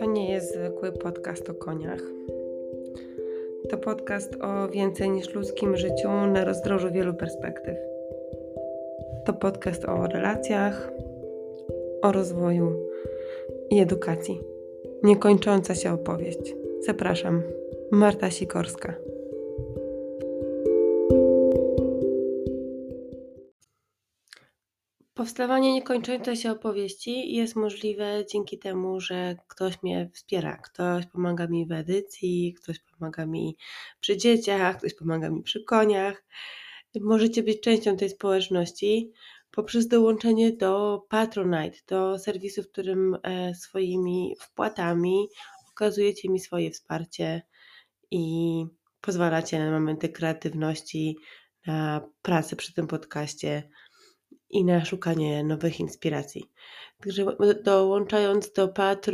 nie jest zwykły podcast o koniach. To podcast o więcej niż ludzkim życiu na rozdrożu wielu perspektyw. To podcast o relacjach, o rozwoju i edukacji. Niekończąca się opowieść. Zapraszam, Marta Sikorska. Powstawanie niekończącej się opowieści jest możliwe dzięki temu, że ktoś mnie wspiera. Ktoś pomaga mi w edycji, ktoś pomaga mi przy dzieciach, ktoś pomaga mi przy koniach. Możecie być częścią tej społeczności poprzez dołączenie do Patronite, do serwisu, w którym swoimi wpłatami okazujecie mi swoje wsparcie i pozwalacie na momenty kreatywności, na pracę przy tym podcaście i na szukanie nowych inspiracji. Także dołączając do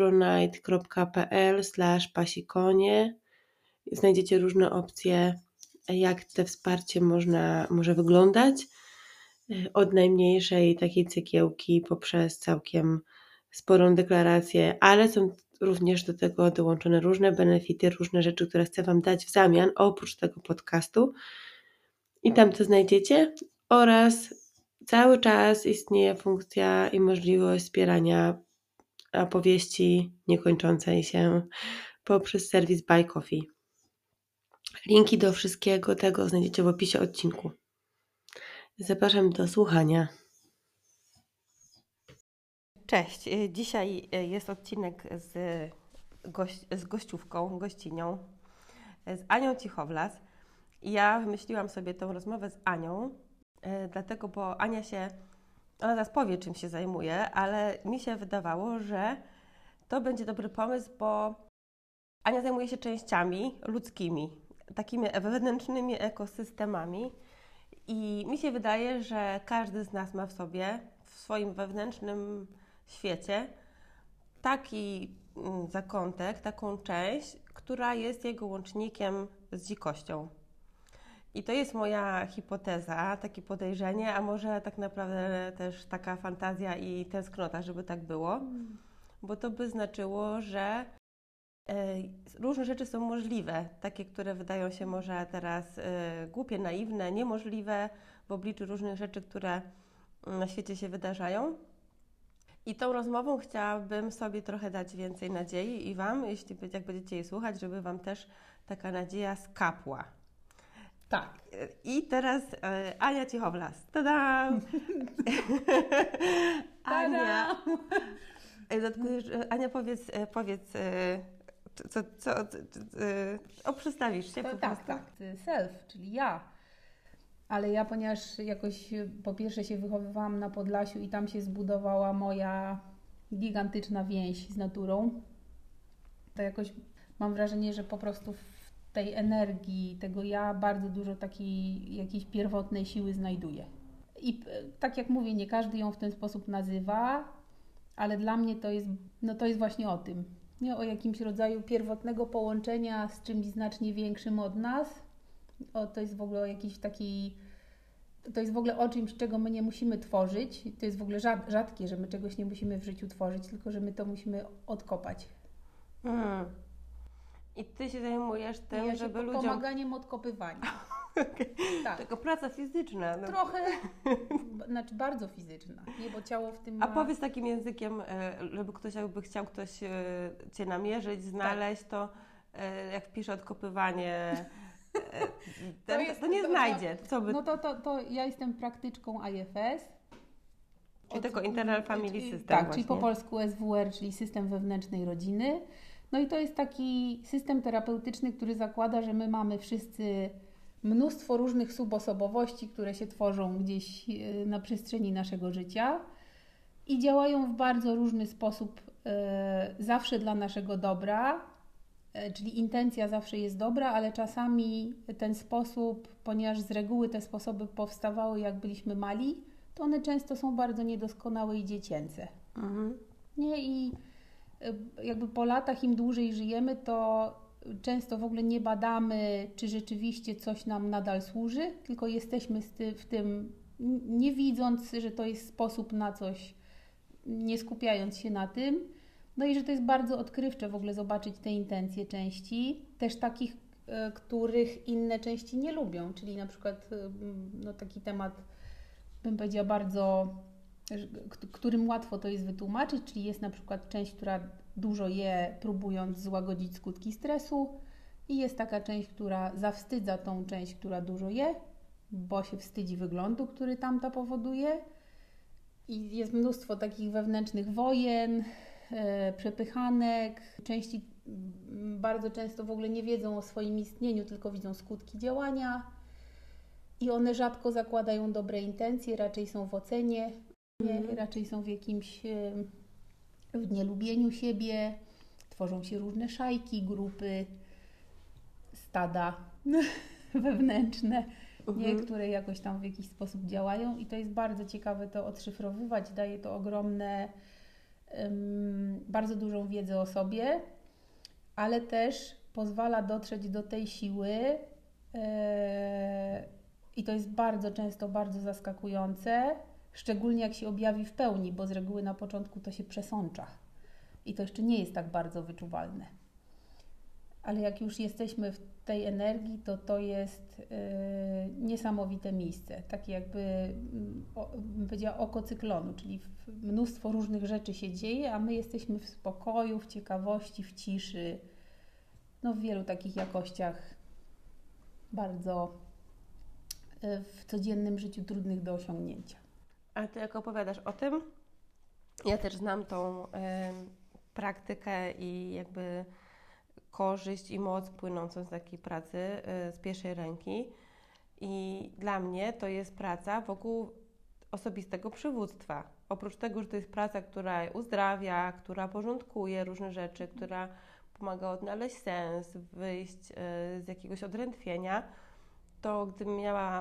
patronite.pl/pasikonie znajdziecie różne opcje, jak te wsparcie może wyglądać. Od najmniejszej takiej cegiełki poprzez całkiem sporą deklarację, ale są również do tego dołączone różne benefity, różne rzeczy, które chcę Wam dać w zamian, oprócz tego podcastu. I tam to znajdziecie. Oraz cały czas istnieje funkcja i możliwość wspierania opowieści niekończącej się poprzez serwis Buy Coffee. Linki do wszystkiego tego znajdziecie w opisie odcinku. Zapraszam do słuchania. Cześć. Dzisiaj jest odcinek z gościnią, z Anią Cichowlas. I ja wymyśliłam sobie tę rozmowę z Anią, dlatego, bo Ania ona zaraz powie, czym się zajmuje, ale mi się wydawało, że to będzie dobry pomysł, bo Ania zajmuje się częściami ludzkimi, takimi wewnętrznymi ekosystemami i mi się wydaje, że każdy z nas ma w sobie, w swoim wewnętrznym świecie taki zakątek, taką część, która jest jego łącznikiem z dzikością. I to jest moja hipoteza, takie podejrzenie, a może tak naprawdę też taka fantazja i tęsknota, żeby tak było, bo to by znaczyło, że różne rzeczy są możliwe, takie, które wydają się może teraz głupie, naiwne, niemożliwe w obliczu różnych rzeczy, które na świecie się wydarzają. I tą rozmową chciałabym sobie trochę dać więcej nadziei i Wam, jak będziecie jej słuchać, żeby Wam też taka nadzieja skapła. Tak. I teraz Ania Cichowlas. Tada! Ania, powiedz przedstawisz się po prostu. Tak. Self, czyli ja. Ale ja, ponieważ jakoś po pierwsze się wychowywałam na Podlasiu i tam się zbudowała moja gigantyczna więź z naturą, to jakoś mam wrażenie, że po prostu w tej energii tego ja bardzo dużo takiej jakiejś pierwotnej siły znajduję. I tak jak mówię, nie każdy ją w ten sposób nazywa, ale dla mnie to jest właśnie o tym. Nie o jakimś rodzaju pierwotnego połączenia z czymś znacznie większym od nas. To jest w ogóle o jakiś taki... To jest w ogóle o czymś, czego my nie musimy tworzyć. To jest w ogóle rzadkie, że my czegoś nie musimy w życiu tworzyć, tylko że my to musimy odkopać. I Ty się zajmujesz tym, żeby ludziom... Pomaganiem odkopywania. Okay. Tak. Tylko praca fizyczna. No. Trochę, znaczy bardzo fizyczna, nie, bo ciało w tym A powiedz takim językiem, żeby jakby chciał ktoś Cię namierzyć, znaleźć, tak. To jak wpisze odkopywanie, to nie znajdzie. Co by... No to ja jestem praktyczką IFS. Czyli tego Internal Family System. Tak, właśnie. Czyli po polsku SWR, czyli System Wewnętrznej Rodziny. No i to jest taki system terapeutyczny, który zakłada, że my mamy wszyscy mnóstwo różnych subosobowości, które się tworzą gdzieś na przestrzeni naszego życia i działają w bardzo różny sposób, zawsze dla naszego dobra, czyli intencja zawsze jest dobra, ale czasami ten sposób, ponieważ z reguły te sposoby powstawały jak byliśmy mali, to one często są bardzo niedoskonałe i dziecięce. Nie? I jakby po latach im dłużej żyjemy, to często w ogóle nie badamy, czy rzeczywiście coś nam nadal służy, tylko jesteśmy w tym, nie widząc, że to jest sposób na coś, nie skupiając się na tym. No i że to jest bardzo odkrywcze w ogóle zobaczyć te intencje części, też takich, których inne części nie lubią, czyli na przykład no, taki temat, bym powiedziała, bardzo, którym łatwo to jest wytłumaczyć, czyli jest na przykład część, która dużo je, próbując złagodzić skutki stresu, i jest taka część, która zawstydza tą część, która dużo je, bo się wstydzi wyglądu, który tamta powoduje. I jest mnóstwo takich wewnętrznych wojen, przepychanek. Części bardzo często w ogóle nie wiedzą o swoim istnieniu, tylko widzą skutki działania. I one rzadko zakładają dobre intencje, raczej są w ocenie, raczej są w jakimś w nielubieniu siebie. Tworzą się różne szajki, grupy, stada wewnętrzne, które jakoś tam w jakiś sposób działają, i to jest bardzo ciekawe to odszyfrowywać. Daje to ogromne, bardzo dużą wiedzę o sobie, ale też pozwala dotrzeć do tej siły, i to jest bardzo często bardzo zaskakujące, szczególnie jak się objawi w pełni, bo z reguły na początku to się przesącza i to jeszcze nie jest tak bardzo wyczuwalne. Ale jak już jesteśmy w tej energii, to jest niesamowite miejsce. Takie jakby, bym powiedziała, oko cyklonu, czyli mnóstwo różnych rzeczy się dzieje, a my jesteśmy w spokoju, w ciekawości, w ciszy, no w wielu takich jakościach bardzo w codziennym życiu trudnych do osiągnięcia. A Ty jak opowiadasz o tym, ja też znam tą praktykę i jakby korzyść i moc płynącą z takiej pracy z pierwszej ręki. I dla mnie to jest praca wokół osobistego przywództwa. Oprócz tego, że to jest praca, która uzdrawia, która porządkuje różne rzeczy, która pomaga odnaleźć sens, wyjść z jakiegoś odrętwienia, to gdybym miała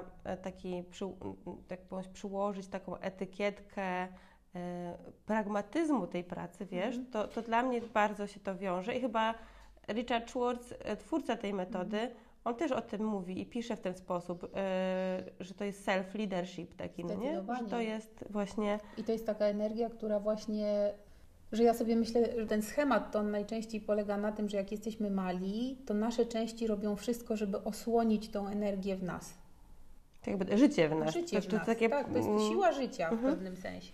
przyłożyć taką etykietkę pragmatyzmu tej pracy, wiesz, to dla mnie bardzo się to wiąże i chyba Richard Schwartz, twórca tej metody, on też o tym mówi i pisze w ten sposób, że to jest self-leadership taki, no nie? Że to jest właśnie... I to jest taka energia, która właśnie, że ja sobie myślę, że ten schemat to on najczęściej polega na tym, że jak jesteśmy mali, to nasze części robią wszystko, żeby osłonić tą energię w nas. To jakby życie w nas. Życie w nas, takie... tak, to jest siła życia w pewnym sensie.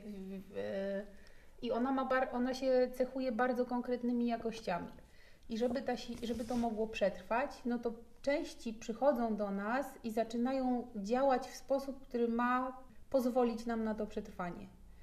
I ona się cechuje bardzo konkretnymi jakościami. I żeby to mogło przetrwać, no to części przychodzą do nas i zaczynają działać w sposób, który ma pozwolić nam na to przetrwanie.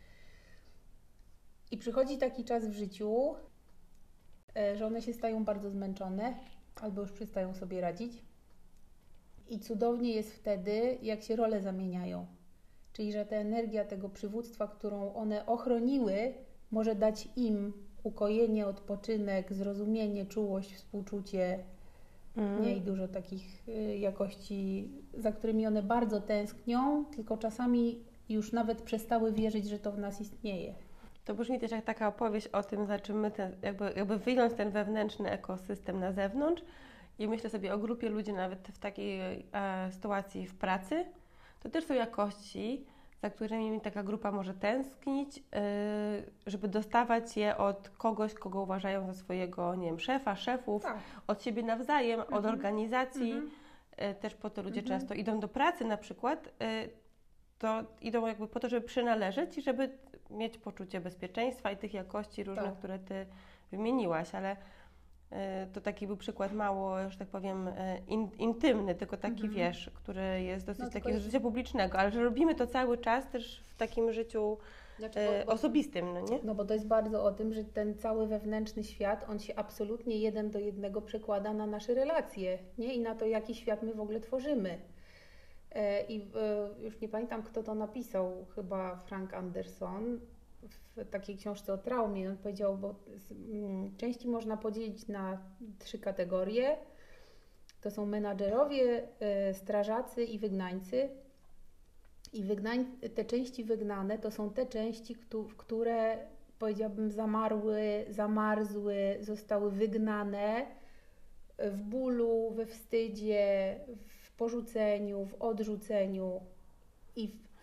I przychodzi taki czas w życiu, że one się stają bardzo zmęczone albo już przestają sobie radzić. I cudownie jest wtedy, jak się role zamieniają. Czyli, że ta energia tego przywództwa, którą one ochroniły, może dać im ukojenie, odpoczynek, zrozumienie, czułość, współczucie, nie? I dużo takich jakości, za którymi one bardzo tęsknią, tylko czasami już nawet przestały wierzyć, że to w nas istnieje. To brzmi też jak taka opowieść o tym, za czym my jakby wyjąć ten wewnętrzny ekosystem na zewnątrz i myślę sobie o grupie ludzi nawet w takiej sytuacji w pracy, to też są jakości, za którymi taka grupa może tęsknić, żeby dostawać je od kogoś, kogo uważają za swojego, nie wiem, szefa, szefów, tak, od siebie nawzajem, od organizacji. Też po to ludzie często idą do pracy na przykład, to idą jakby po to, żeby przynależeć i żeby mieć poczucie bezpieczeństwa i tych jakości różnych, tak, które Ty wymieniłaś, ale to taki był przykład mało, że tak powiem, intymny, tylko taki, wiesz, który jest dosyć takiego życia publicznego, ale że robimy to cały czas też w takim życiu osobistym, no nie? No bo to jest bardzo o tym, że ten cały wewnętrzny świat, on się absolutnie 1 do 1 przekłada na nasze relacje, nie? I na to, jaki świat my w ogóle tworzymy. Już nie pamiętam, kto to napisał, chyba Frank Anderson, w takiej książce o traumie. On powiedział, bo części można podzielić na 3 kategorie. To są menadżerowie, strażacy i wygnańcy. I te części wygnane to są te części, które, powiedziałabym, zamarzły, zostały wygnane w bólu, we wstydzie, w porzuceniu, w odrzuceniu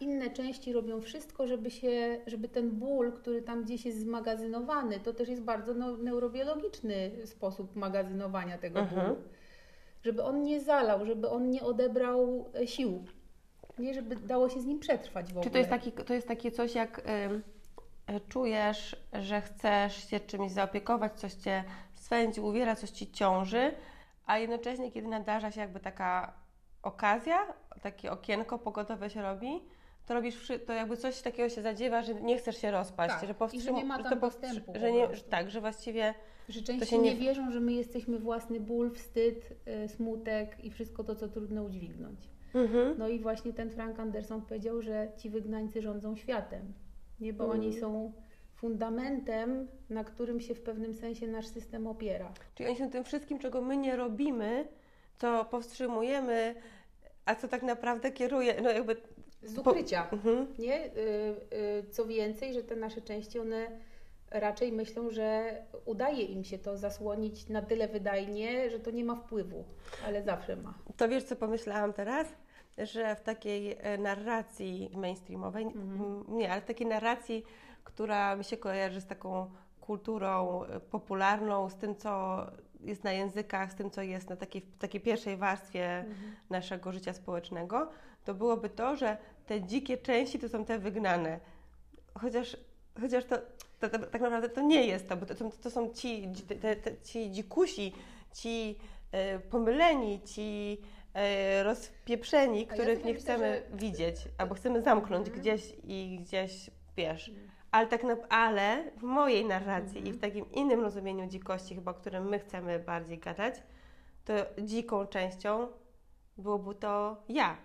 inne części robią wszystko, żeby ten ból, który tam gdzieś jest zmagazynowany, to też jest bardzo neurobiologiczny sposób magazynowania tego bólu, żeby on nie zalał, żeby on nie odebrał sił, nie, żeby dało się z nim przetrwać w ogóle. Czy to jest takie coś, jak czujesz, że chcesz się czymś zaopiekować, coś Cię swędzi, uwiera, coś Ci ciąży, a jednocześnie, kiedy nadarza się jakby taka okazja, takie okienko pogotowe się robi, to robisz, to jakby coś takiego się zadziewa, że nie chcesz się rozpaść, tak, że i że nie ma tam dostępu. Tak, że właściwie... Że częściej nie wierzą, że my jesteśmy własny ból, wstyd, smutek i wszystko to, co trudno udźwignąć. No i właśnie ten Frank Anderson powiedział, że ci wygnańcy rządzą światem, nie? Bo oni są fundamentem, na którym się w pewnym sensie nasz system opiera. Czyli oni są tym wszystkim, czego my nie robimy, co powstrzymujemy, a co tak naprawdę kieruje, no jakby... Z ukrycia, nie? Co więcej, że te nasze części, one raczej myślą, że udaje im się to zasłonić na tyle wydajnie, że to nie ma wpływu, ale zawsze ma. To wiesz, co pomyślałam teraz? Że w takiej narracji mainstreamowej, nie, ale w takiej narracji, która mi się kojarzy z taką kulturą popularną, z tym, co jest na językach, z tym, co jest na takiej pierwszej warstwie naszego życia społecznego, to byłoby to, że te dzikie części to są te wygnane. Chociaż to tak naprawdę to nie jest to, bo to są ci dzikusi, ci pomyleni, ci rozpieprzeni, których nie chcemy widzieć, albo chcemy zamknąć gdzieś i gdzieś, wiesz. Ale w mojej narracji i w takim innym rozumieniu dzikości, chyba o którym my chcemy bardziej gadać, to dziką częścią byłoby to ja.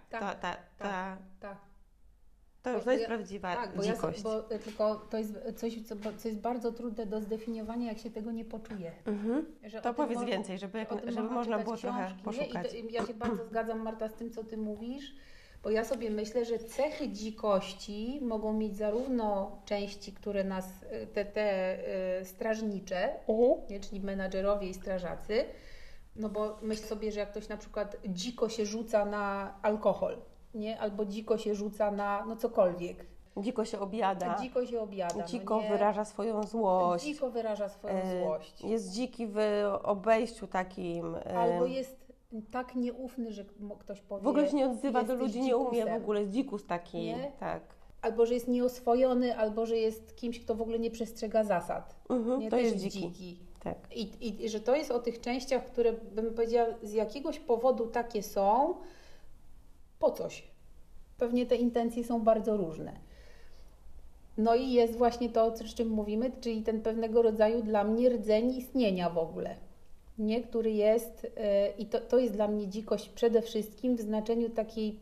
To jest prawdziwa dzikość. Tylko to jest coś, co jest bardzo trudne do zdefiniowania, jak się tego nie poczuje. To powiedz więcej, żeby można było trochę poszukać. Ja się bardzo zgadzam, Marta, z tym, co Ty mówisz, bo ja sobie myślę, że cechy dzikości mogą mieć zarówno części, które nas, te strażnicze, czyli menadżerowie i strażacy, no bo myśl sobie, że jak ktoś na przykład dziko się rzuca na alkohol, nie? Albo dziko się rzuca na cokolwiek. Dziko się objada. Dziko wyraża swoją złość. Jest dziki w obejściu takim. Albo jest tak nieufny, że ktoś powie... W ogóle się nie odzywa do ludzi, nie umie w ogóle, jest dzikus taki. Nie? Tak. Albo że jest nieoswojony, albo że jest kimś, kto w ogóle nie przestrzega zasad. To też jest dziki. Tak. I że to jest o tych częściach, które bym powiedziała z jakiegoś powodu takie są, po coś. Pewnie te intencje są bardzo różne. No i jest właśnie to, o czym mówimy, czyli ten pewnego rodzaju dla mnie rdzeń istnienia w ogóle. Nie? Który jest, i to jest dla mnie dzikość przede wszystkim w znaczeniu takiej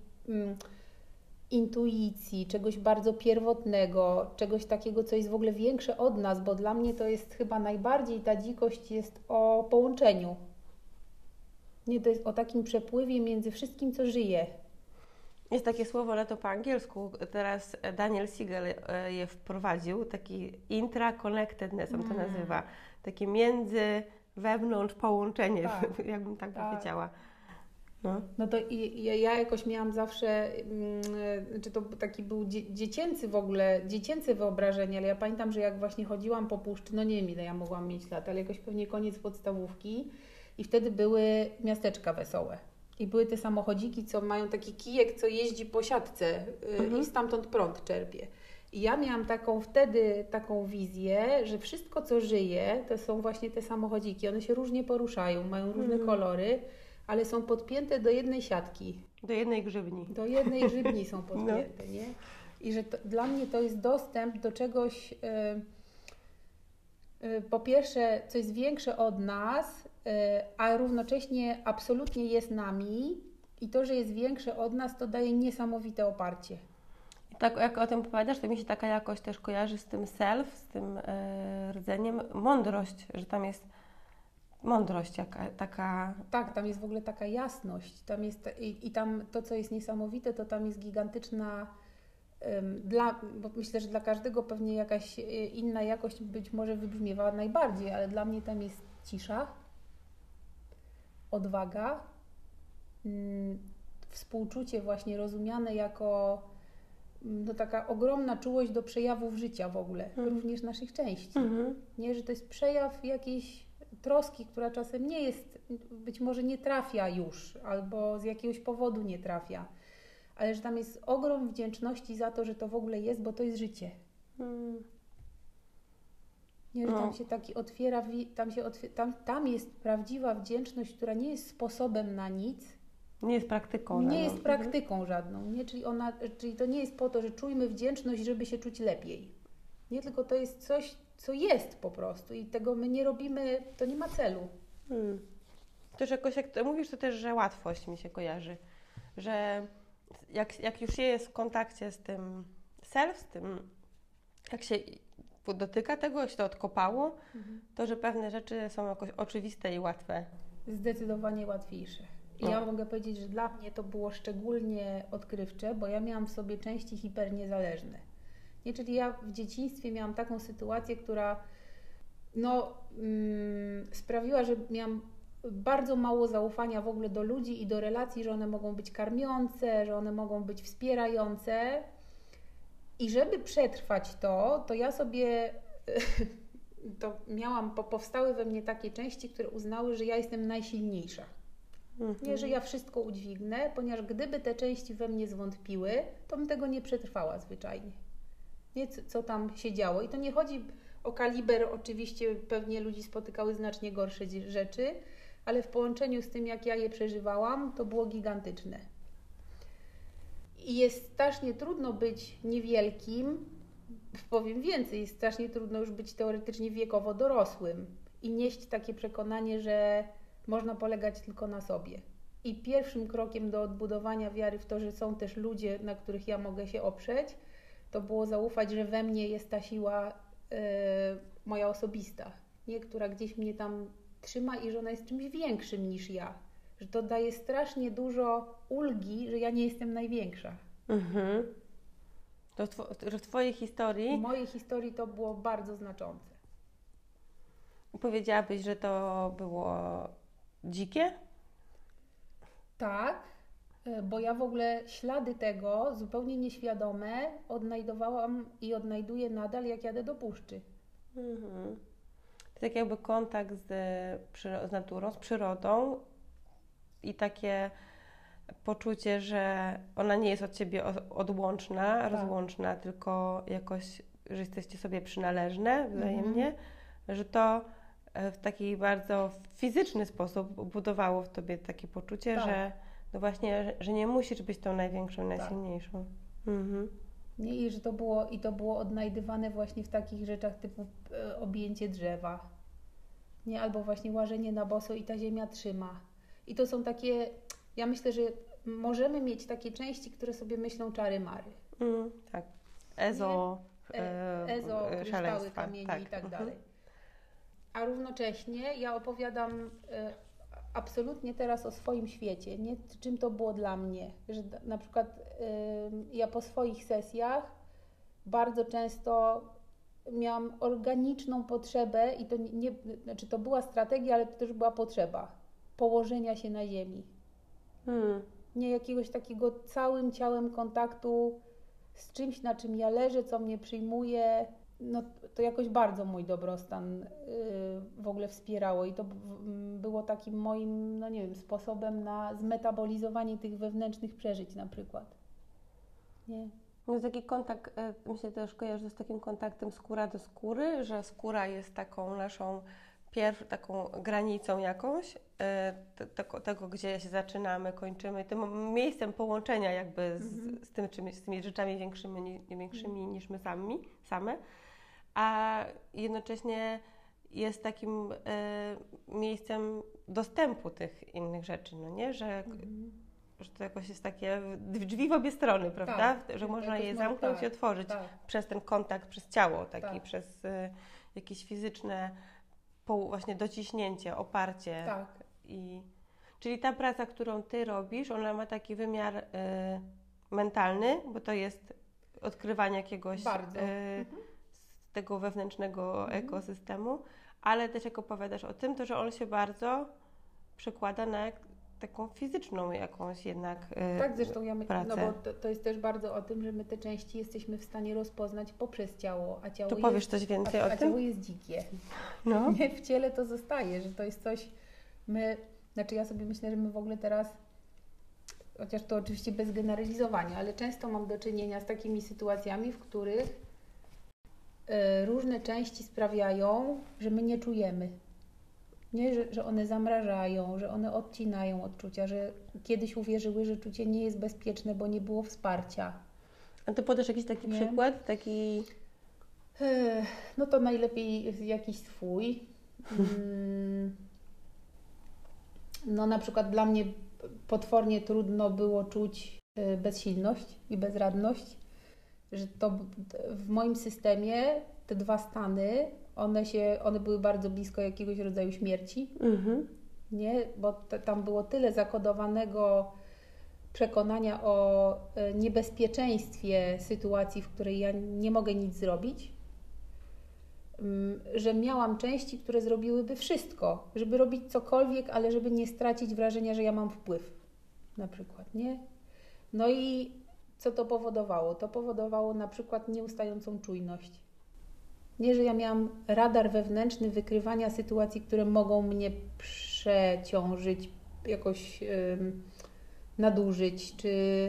intuicji, czegoś bardzo pierwotnego, czegoś takiego, co jest w ogóle większe od nas, bo dla mnie to jest chyba najbardziej, ta dzikość jest o połączeniu. Nie, to jest o takim przepływie między wszystkim, co żyje. Jest takie słowo, ale to po angielsku. Teraz Daniel Siegel je wprowadził, taki intra-connectedness, on to nazywa. Takie wewnątrz połączenie, jakbym tak powiedziała. No to ja jakoś miałam zawsze, czy to taki był dziecięcy w ogóle, dziecięce wyobrażenie, ale ja pamiętam, że jak właśnie chodziłam po puszczy, no nie wiem ile ja mogłam mieć lat, ale jakoś pewnie koniec podstawówki i wtedy były miasteczka wesołe. I były te samochodziki, co mają taki kijek, co jeździ po siatce i stamtąd prąd czerpie. I ja miałam wtedy taką wizję, że wszystko, co żyje, to są właśnie te samochodziki. One się różnie poruszają, mają różne kolory, ale są podpięte do jednej siatki. Do jednej grzybni. Do jednej grzybni są podpięte, nie? I że dla mnie to jest dostęp do czegoś, po pierwsze, co jest większe od nas, a równocześnie absolutnie jest nami i to, że jest większe od nas, to daje niesamowite oparcie. Tak, jak o tym opowiadasz, to mi się taka jakość też kojarzy z tym self, z tym rdzeniem, mądrość, że tam jest mądrość taka... Tak, tam jest w ogóle taka jasność, tam jest i tam to, co jest niesamowite, to tam jest gigantyczna, bo myślę, że dla każdego pewnie jakaś inna jakość być może wybrzmiewa najbardziej, ale dla mnie tam jest cisza, odwaga, współczucie właśnie rozumiane jako no taka ogromna czułość do przejawów życia w ogóle, również naszych części. Nie, że to jest przejaw jakiejś troski, która czasem nie jest, być może nie trafia już, albo z jakiegoś powodu nie trafia, ale że tam jest ogrom wdzięczności za to, że to w ogóle jest, bo to jest życie. Nie, że tam się taki otwiera, tam jest prawdziwa wdzięczność, która nie jest sposobem na nic. Nie jest praktyką. Nie jest praktyką żadną. Nie? Czyli to nie jest po to, że czujmy wdzięczność, żeby się czuć lepiej. Nie, tylko to jest coś, co jest po prostu i tego my nie robimy, to nie ma celu. Też jakoś, jak mówisz, to też, że łatwość mi się kojarzy. Że jak już się jest w kontakcie z tym self, z tym, jak się dotyka tego, jak się to odkopało, to że pewne rzeczy są jakoś oczywiste i łatwe. Zdecydowanie łatwiejsze. I ja mogę powiedzieć, że dla mnie to było szczególnie odkrywcze, bo ja miałam w sobie części hiperniezależne. Nie, czyli ja w dzieciństwie miałam taką sytuację, która sprawiła, że miałam bardzo mało zaufania w ogóle do ludzi i do relacji, że one mogą być karmiące, że one mogą być wspierające. I żeby przetrwać to ja sobie powstały we mnie takie części, które uznały, że ja jestem najsilniejsza. Nie, że ja wszystko udźwignę, ponieważ gdyby te części we mnie zwątpiły, to bym tego nie przetrwała zwyczajnie. Nie, co tam się działo. I to nie chodzi o kaliber, oczywiście pewnie ludzi spotykały znacznie gorsze rzeczy, ale w połączeniu z tym, jak ja je przeżywałam, to było gigantyczne. I jest strasznie trudno być niewielkim, powiem więcej, jest strasznie trudno już być teoretycznie wiekowo dorosłym i nieść takie przekonanie, że można polegać tylko na sobie. I pierwszym krokiem do odbudowania wiary w to, że są też ludzie, na których ja mogę się oprzeć, to było zaufać, że we mnie jest ta siła moja osobista, nie? Która gdzieś mnie tam trzyma i że ona jest czymś większym niż ja. Że to daje strasznie dużo ulgi, że ja nie jestem największa. To że w Twojej historii... W mojej historii to było bardzo znaczące. Powiedziałabyś, że to było dzikie? Tak, bo ja w ogóle ślady tego, zupełnie nieświadome, odnajdowałam i odnajduję nadal, jak jadę do puszczy. To tak jakby kontakt z naturą, z przyrodą i takie poczucie, że ona nie jest od Ciebie odłączna, rozłączna, tylko jakoś, że jesteście sobie przynależne wzajemnie, że to w taki bardzo fizyczny sposób budowało w Tobie takie poczucie, że no właśnie, że nie musisz być tą największą, najsilniejszą. Nie, i że to było odnajdywane właśnie w takich rzeczach typu objęcie drzewa, nie, albo właśnie łażenie na boso i ta ziemia trzyma. I to są takie, ja myślę, że możemy mieć takie części, które sobie myślą czary-mary. Tak. Ezo, kryształy, kamienie i tak dalej. A równocześnie ja opowiadam absolutnie teraz o swoim świecie, nie? Czym to było dla mnie. Że na przykład ja po swoich sesjach bardzo często miałam organiczną potrzebę i to znaczy to była strategia, ale to też była potrzeba położenia się na ziemi. Nie jakiegoś takiego całym ciałem kontaktu z czymś, na czym ja leżę, co mnie przyjmuje. No to jakoś bardzo mój dobrostan w ogóle wspierało i to było takim moim, no nie wiem, sposobem na zmetabolizowanie tych wewnętrznych przeżyć na przykład. Nie? No taki kontakt, myślę też kojarzy z takim kontaktem skóra do skóry, że skóra jest taką naszą taką granicą jakąś, tego, gdzie się zaczynamy, kończymy, tym miejscem połączenia jakby z tym czymś, z tymi rzeczami większymi niż my same, a jednocześnie jest takim miejscem dostępu tych innych rzeczy, no nie? Że to jakoś jest takie drzwi w obie strony, prawda? Że można je zamknąć i otworzyć przez ten kontakt, przez ciało, przez jakieś fizyczne właśnie dociśnięcie, oparcie. Czyli ta praca, którą Ty robisz, ona ma taki wymiar mentalny, bo to jest odkrywanie jakiegoś z tego wewnętrznego ekosystemu, ale też jak opowiadasz o tym, to że on się bardzo przekłada na taką fizyczną jakąś jednak Tak, zresztą pracę. no bo to jest też bardzo o tym, że my te części jesteśmy w stanie rozpoznać poprzez ciało, a ciało Tu powiesz coś więcej o a tym? ciało jest dzikie. No. Nie, w ciele to zostaje, że to jest coś, znaczy ja sobie myślę, że my w ogóle teraz, chociaż to oczywiście bez generalizowania, ale często mam do czynienia z takimi sytuacjami, w których różne części sprawiają, że my nie czujemy. Nie, że one zamrażają, że one odcinają odczucia, że kiedyś uwierzyły, że czucie nie jest bezpieczne, bo nie było wsparcia. A ty podasz jakiś taki przykład? Taki... No to najlepiej jakiś swój. No na przykład dla mnie potwornie trudno było czuć bezsilność i bezradność, że to w moim systemie te dwa stany, one były bardzo blisko jakiegoś rodzaju śmierci, nie? Bo tam było tyle zakodowanego przekonania o niebezpieczeństwie sytuacji, w której ja nie mogę nic zrobić, że miałam części, które zrobiłyby wszystko, żeby robić cokolwiek, ale żeby nie stracić wrażenia, że ja mam wpływ, na przykład, nie? No i co to powodowało? To powodowało na przykład nieustającą czujność. Nie, że ja miałam radar wewnętrzny wykrywania sytuacji, które mogą mnie przeciążyć, jakoś nadużyć,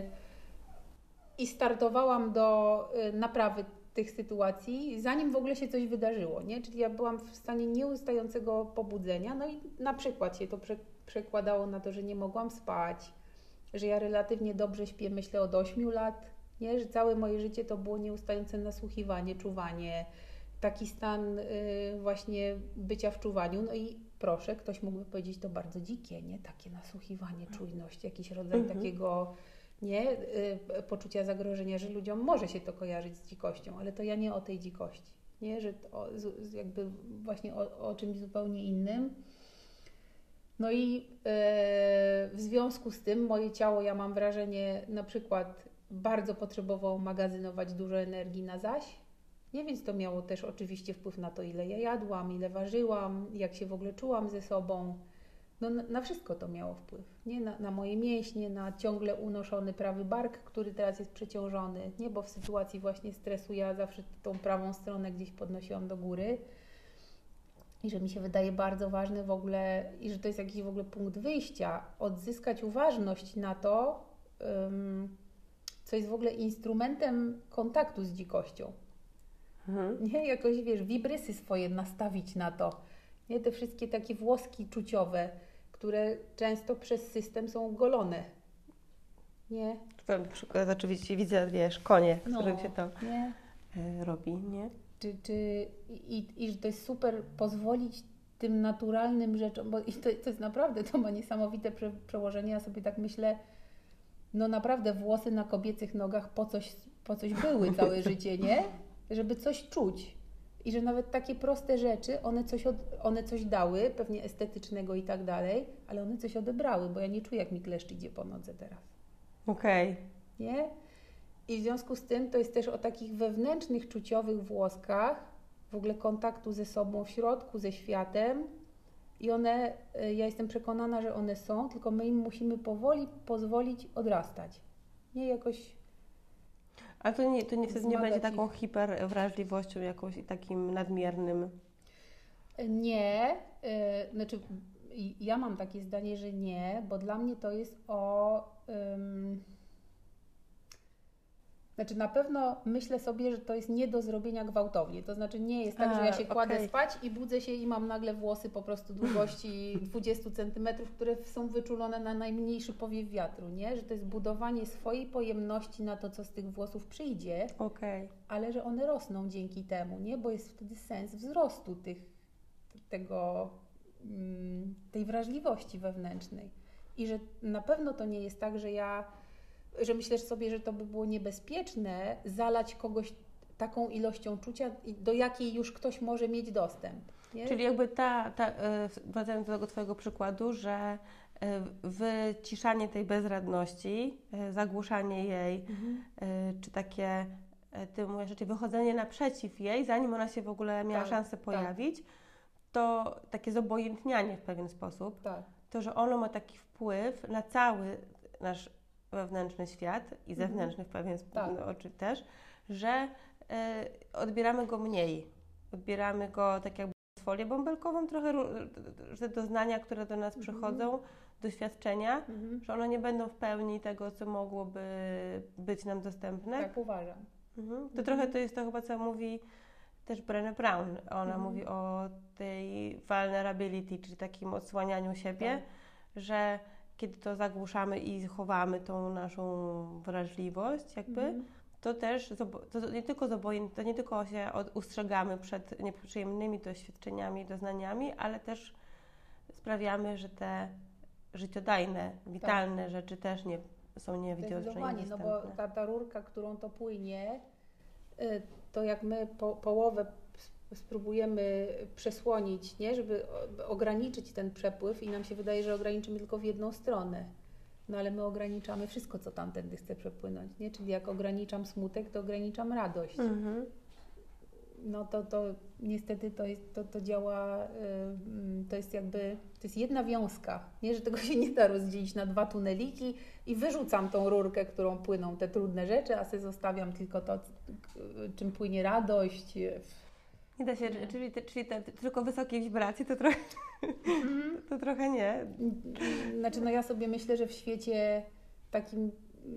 i startowałam do naprawy tych sytuacji, zanim w ogóle się coś wydarzyło, nie? Czyli ja byłam w stanie nieustającego pobudzenia, no i na przykład się to przekładało na to, że nie mogłam spać, że ja relatywnie dobrze śpię, myślę, od 8 lat, nie? Że całe moje życie to było nieustające nasłuchiwanie, czuwanie, taki stan właśnie bycia w czuwaniu. No i proszę, ktoś mógłby powiedzieć, to bardzo dzikie, nie? Takie nasłuchiwanie, czujność, jakiś rodzaj takiego, nie? Poczucia zagrożenia, że ludziom może się to kojarzyć z dzikością, ale to ja nie o tej dzikości, nie? Że jakby właśnie o czymś zupełnie innym. No i w związku z tym moje ciało, ja mam wrażenie, na przykład bardzo potrzebowało magazynować dużo energii na zaś. Nie, więc to miało też oczywiście wpływ na to, ile ja jadłam, ile ważyłam, jak się w ogóle czułam ze sobą. No na wszystko to miało wpływ. Nie? Na moje mięśnie, na ciągle unoszony prawy bark, który teraz jest przeciążony. Nie, bo w sytuacji właśnie stresu ja zawsze tą prawą stronę gdzieś podnosiłam do góry. I że mi się wydaje bardzo ważne w ogóle, i że to jest jakiś w ogóle punkt wyjścia, odzyskać uważność na to, co jest w ogóle instrumentem kontaktu z dzikością. Nie, jakoś, wiesz, wibrysy swoje nastawić na to. Nie, te wszystkie takie włoski czuciowe, które często przez system są golone. Nie? Na przykład oczywiście widzę, wiesz, konie, z No, którym się to nie? robi, nie? I że to jest super pozwolić tym naturalnym rzeczom, bo to jest naprawdę, to ma niesamowite przełożenie. Ja sobie tak myślę, no naprawdę włosy na kobiecych nogach po coś były całe życie, nie? Żeby coś czuć. I że nawet takie proste rzeczy, one coś dały, pewnie estetycznego i tak dalej, ale one coś odebrały, bo ja nie czuję, jak mi kleszcz idzie po nodze teraz. Okej. Nie? I w związku z tym to jest też o takich wewnętrznych, czuciowych włoskach, w ogóle kontaktu ze sobą w środku, ze światem. I one, ja jestem przekonana, że one są, tylko my im musimy powoli pozwolić odrastać. Nie jakoś... A to nie wtedy nie będzie taką hiperwrażliwością jakąś i takim nadmiernym? Nie. Znaczy ja mam takie zdanie, że nie, bo dla mnie to jest Znaczy na pewno myślę sobie, że to jest nie do zrobienia gwałtownie. To znaczy nie jest tak, że ja się kładę spać i budzę się i mam nagle włosy po prostu długości 20 cm, które są wyczulone na najmniejszy powiew wiatru, nie? Że to jest budowanie swojej pojemności na to, co z tych włosów przyjdzie, ale że one rosną dzięki temu, nie? Bo jest wtedy sens wzrostu tej wrażliwości wewnętrznej. I że na pewno to nie jest tak, że myślę sobie, że to by było niebezpieczne zalać kogoś taką ilością czucia, do jakiej już ktoś może mieć dostęp. Nie? Czyli jakby wracając do tego Twojego przykładu, że wyciszanie tej bezradności, zagłuszanie jej, czy takie, Ty mówisz, wychodzenie naprzeciw jej, zanim ona się w ogóle miała szansę pojawić, to takie zobojętnianie w pewien sposób, to, że ono ma taki wpływ na cały nasz wewnętrzny świat i zewnętrzny w pewien sposób też, że odbieramy go mniej. Odbieramy go tak jakby folię bąbelkową, trochę że doznania, które do nas przychodzą, doświadczenia, że one nie będą w pełni tego, co mogłoby być nam dostępne. Tak uważam. To trochę to jest to chyba, co mówi też Brené Brown. Ona mówi o tej vulnerability, czyli takim odsłanianiu siebie, że kiedy to zagłuszamy i chowamy tą naszą wrażliwość jakby, to też to nie tylko się ustrzegamy przed nieprzyjemnymi doświadczeniami, doznaniami, ale też sprawiamy, że te życiodajne, witalne rzeczy też nie są niewidoczne. Zdecydowanie, no bo ta rurka, którą to płynie, to jak my połowę spróbujemy przesłonić, nie, żeby ograniczyć ten przepływ i nam się wydaje, że ograniczymy tylko w jedną stronę. No ale my ograniczamy wszystko, co tamtędy chce przepłynąć, nie? Czyli jak ograniczam smutek, to ograniczam radość. No to niestety to działa, to jest jakby, to jest jedna wiązka, nie? Że tego się nie da rozdzielić na dwa tuneliki i wyrzucam tą rurkę, którą płyną te trudne rzeczy, a sobie zostawiam tylko to, czym płynie radość. Nie da się, czyli tylko wysokie wibracje, to trochę, to trochę nie. Znaczy, no ja sobie myślę, że w świecie takim,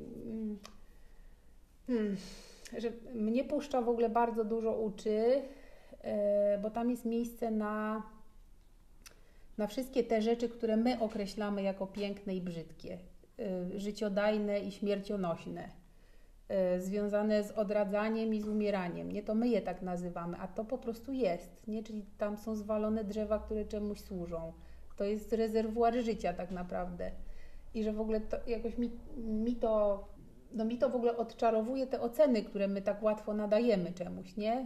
że mnie Puszcza w ogóle bardzo dużo uczy, bo tam jest miejsce na wszystkie te rzeczy, które my określamy jako piękne i brzydkie, życiodajne i śmiercionośne, związane z odradzaniem i z umieraniem, nie? To my je tak nazywamy, a to po prostu jest, nie? Czyli tam są zwalone drzewa, które czemuś służą. To jest rezerwuar życia tak naprawdę. I że w ogóle to jakoś mi to w ogóle odczarowuje te oceny, które my tak łatwo nadajemy czemuś, nie?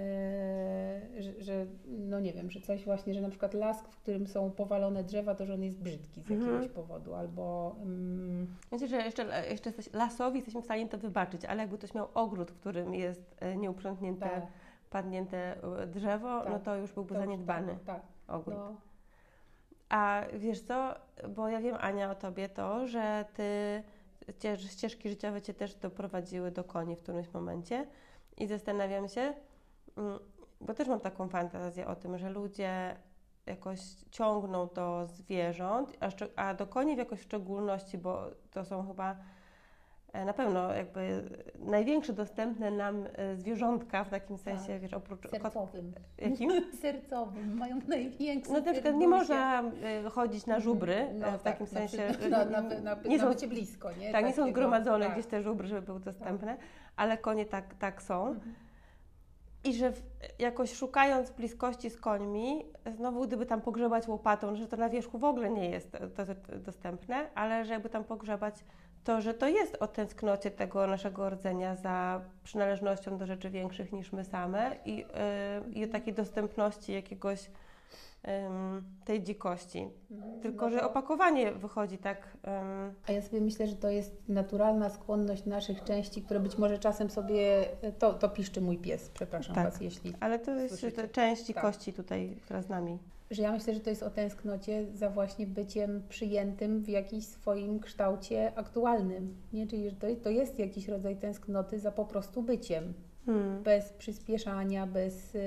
Że no nie wiem, że coś właśnie, że na przykład las, w którym są powalone drzewa, to że on jest brzydki z jakiegoś powodu, albo... Myślę, że jeszcze lasowi jesteśmy w stanie to wybaczyć, ale jakby ktoś miał ogród, w którym jest nieuprzątnięte, padnięte drzewo, no to już byłby zaniedbany ogród. No. A wiesz co, bo ja wiem, Ania, o Tobie to, że ścieżki życiowe Cię też doprowadziły do koni w którymś momencie i zastanawiam się, bo też mam taką fantazję o tym, że ludzie jakoś ciągną do zwierząt, a do koni jakoś w szczególności, bo to są chyba na pewno jakby największe dostępne nam zwierzątka w takim sensie, wiesz, oprócz... Sercowym. Jakim? Sercowym. Mają największe No na przykład nie można chodzić na żubry, w takim sensie... Nie są bycie blisko, nie? Tak, nie są zgromadzone gdzieś te żubry, żeby były dostępne, ale konie tak są. I że jakoś szukając bliskości z końmi, znowu gdyby tam pogrzebać łopatą, że to na wierzchu w ogóle nie jest to dostępne, ale że jakby tam pogrzebać to, że to jest o tęsknocie tego naszego rdzenia za przynależnością do rzeczy większych niż my same i o takiej dostępności jakiegoś tej dzikości. Tylko, że opakowanie wychodzi tak... A ja sobie myślę, że to jest naturalna skłonność naszych części, które być może czasem sobie... To piszczy mój pies, przepraszam Was, jeśli... Ale to jest część kości tutaj, która z nami. Że ja myślę, że to jest o tęsknocie za właśnie byciem przyjętym w jakimś swoim kształcie aktualnym. Nie? Czyli że to jest jakiś rodzaj tęsknoty za po prostu byciem. Bez przyspieszania, bez...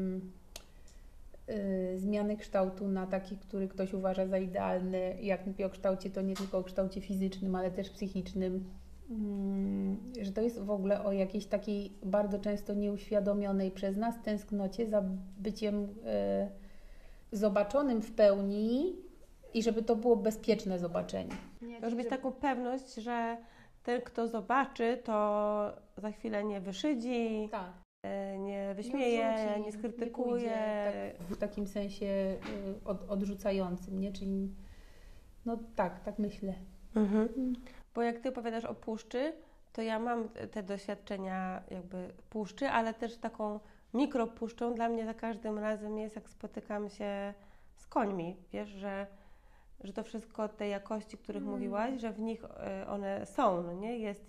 zmiany kształtu na taki, który ktoś uważa za idealny. Jak mówię o kształcie, to nie tylko o kształcie fizycznym, ale też psychicznym. Że to jest w ogóle o jakiejś takiej bardzo często nieuświadomionej przez nas tęsknocie za byciem zobaczonym w pełni i żeby to było bezpieczne zobaczenie. Żeby mieć taką pewność, że ten, kto zobaczy, to za chwilę nie wyszydzi. Tak. Nie wyśmieje, nie skrytykuje. Nie pójdzie, w takim sensie odrzucającym, nie? Czyli no tak myślę. Bo jak Ty opowiadasz o puszczy, to ja mam te doświadczenia jakby puszczy, ale też taką mikropuszczą dla mnie za każdym razem jest, jak spotykam się z końmi. Wiesz, że to wszystko te jakości, o których mówiłaś, że w nich one są, no nie? Jest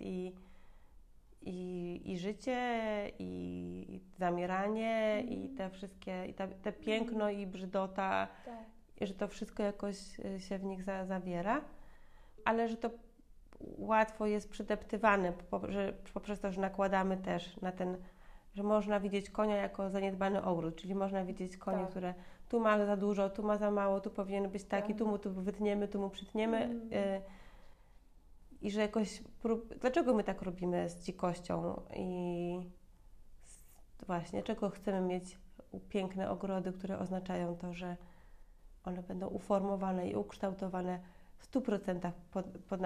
i życie, i zamieranie, i te wszystkie, i te piękno, i brzydota, i że to wszystko jakoś się w nich zawiera, ale że to łatwo jest przydeptywane poprzez to, że nakładamy też na ten, że można widzieć konia jako zaniedbany ogród, czyli można widzieć konie, które tu ma za dużo, tu ma za mało, tu powinien być taki, tu wytniemy, tu mu przytniemy. I że jakoś, dlaczego my tak robimy z dzikością i właśnie, czego chcemy mieć piękne ogrody, które oznaczają to, że one będą uformowane i ukształtowane w 100% pod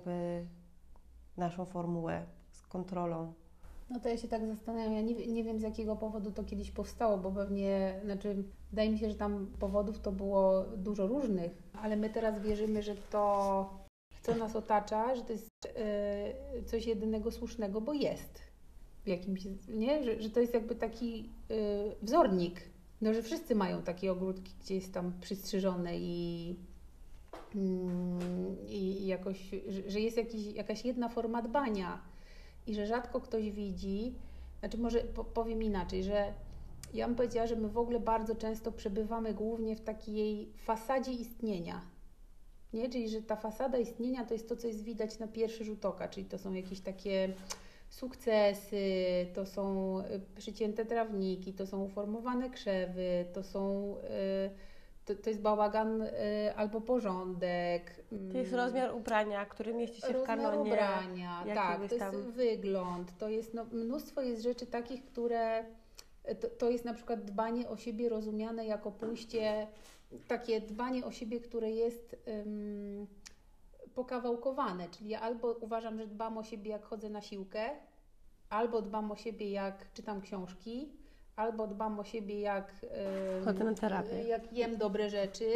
naszą formułę z kontrolą. No to ja się tak zastanawiam, ja nie wiem z jakiego powodu to kiedyś powstało, bo pewnie, wydaje mi się, że tam powodów to było dużo różnych, ale my teraz wierzymy, że to, co nas otacza, że to jest coś jedynego słusznego, bo jest w jakimś, nie? Że to jest jakby taki wzornik, no, że wszyscy mają takie ogródki, gdzie jest tam przystrzyżone i jakoś, że jest jakaś jedna forma dbania i że rzadko ktoś widzi, może powiem inaczej, że ja bym powiedziała, że my w ogóle bardzo często przebywamy głównie w takiej fasadzie istnienia, nie? Czyli że ta fasada istnienia to jest to, co jest widać na pierwszy rzut oka, czyli to są jakieś takie sukcesy, to są przycięte trawniki, to są uformowane krzewy, to jest bałagan albo porządek. To jest rozmiar ubrania, który mieści się w kanonie. Rozmiar ubrania, tak, to jest wygląd, to jest mnóstwo jest rzeczy takich, które to jest na przykład dbanie o siebie rozumiane jako pójście, takie dbanie o siebie, które jest pokawałkowane, czyli ja albo uważam, że dbam o siebie jak chodzę na siłkę, albo dbam o siebie jak czytam książki, albo dbam o siebie jak chodzę na terapię, jak jem dobre rzeczy.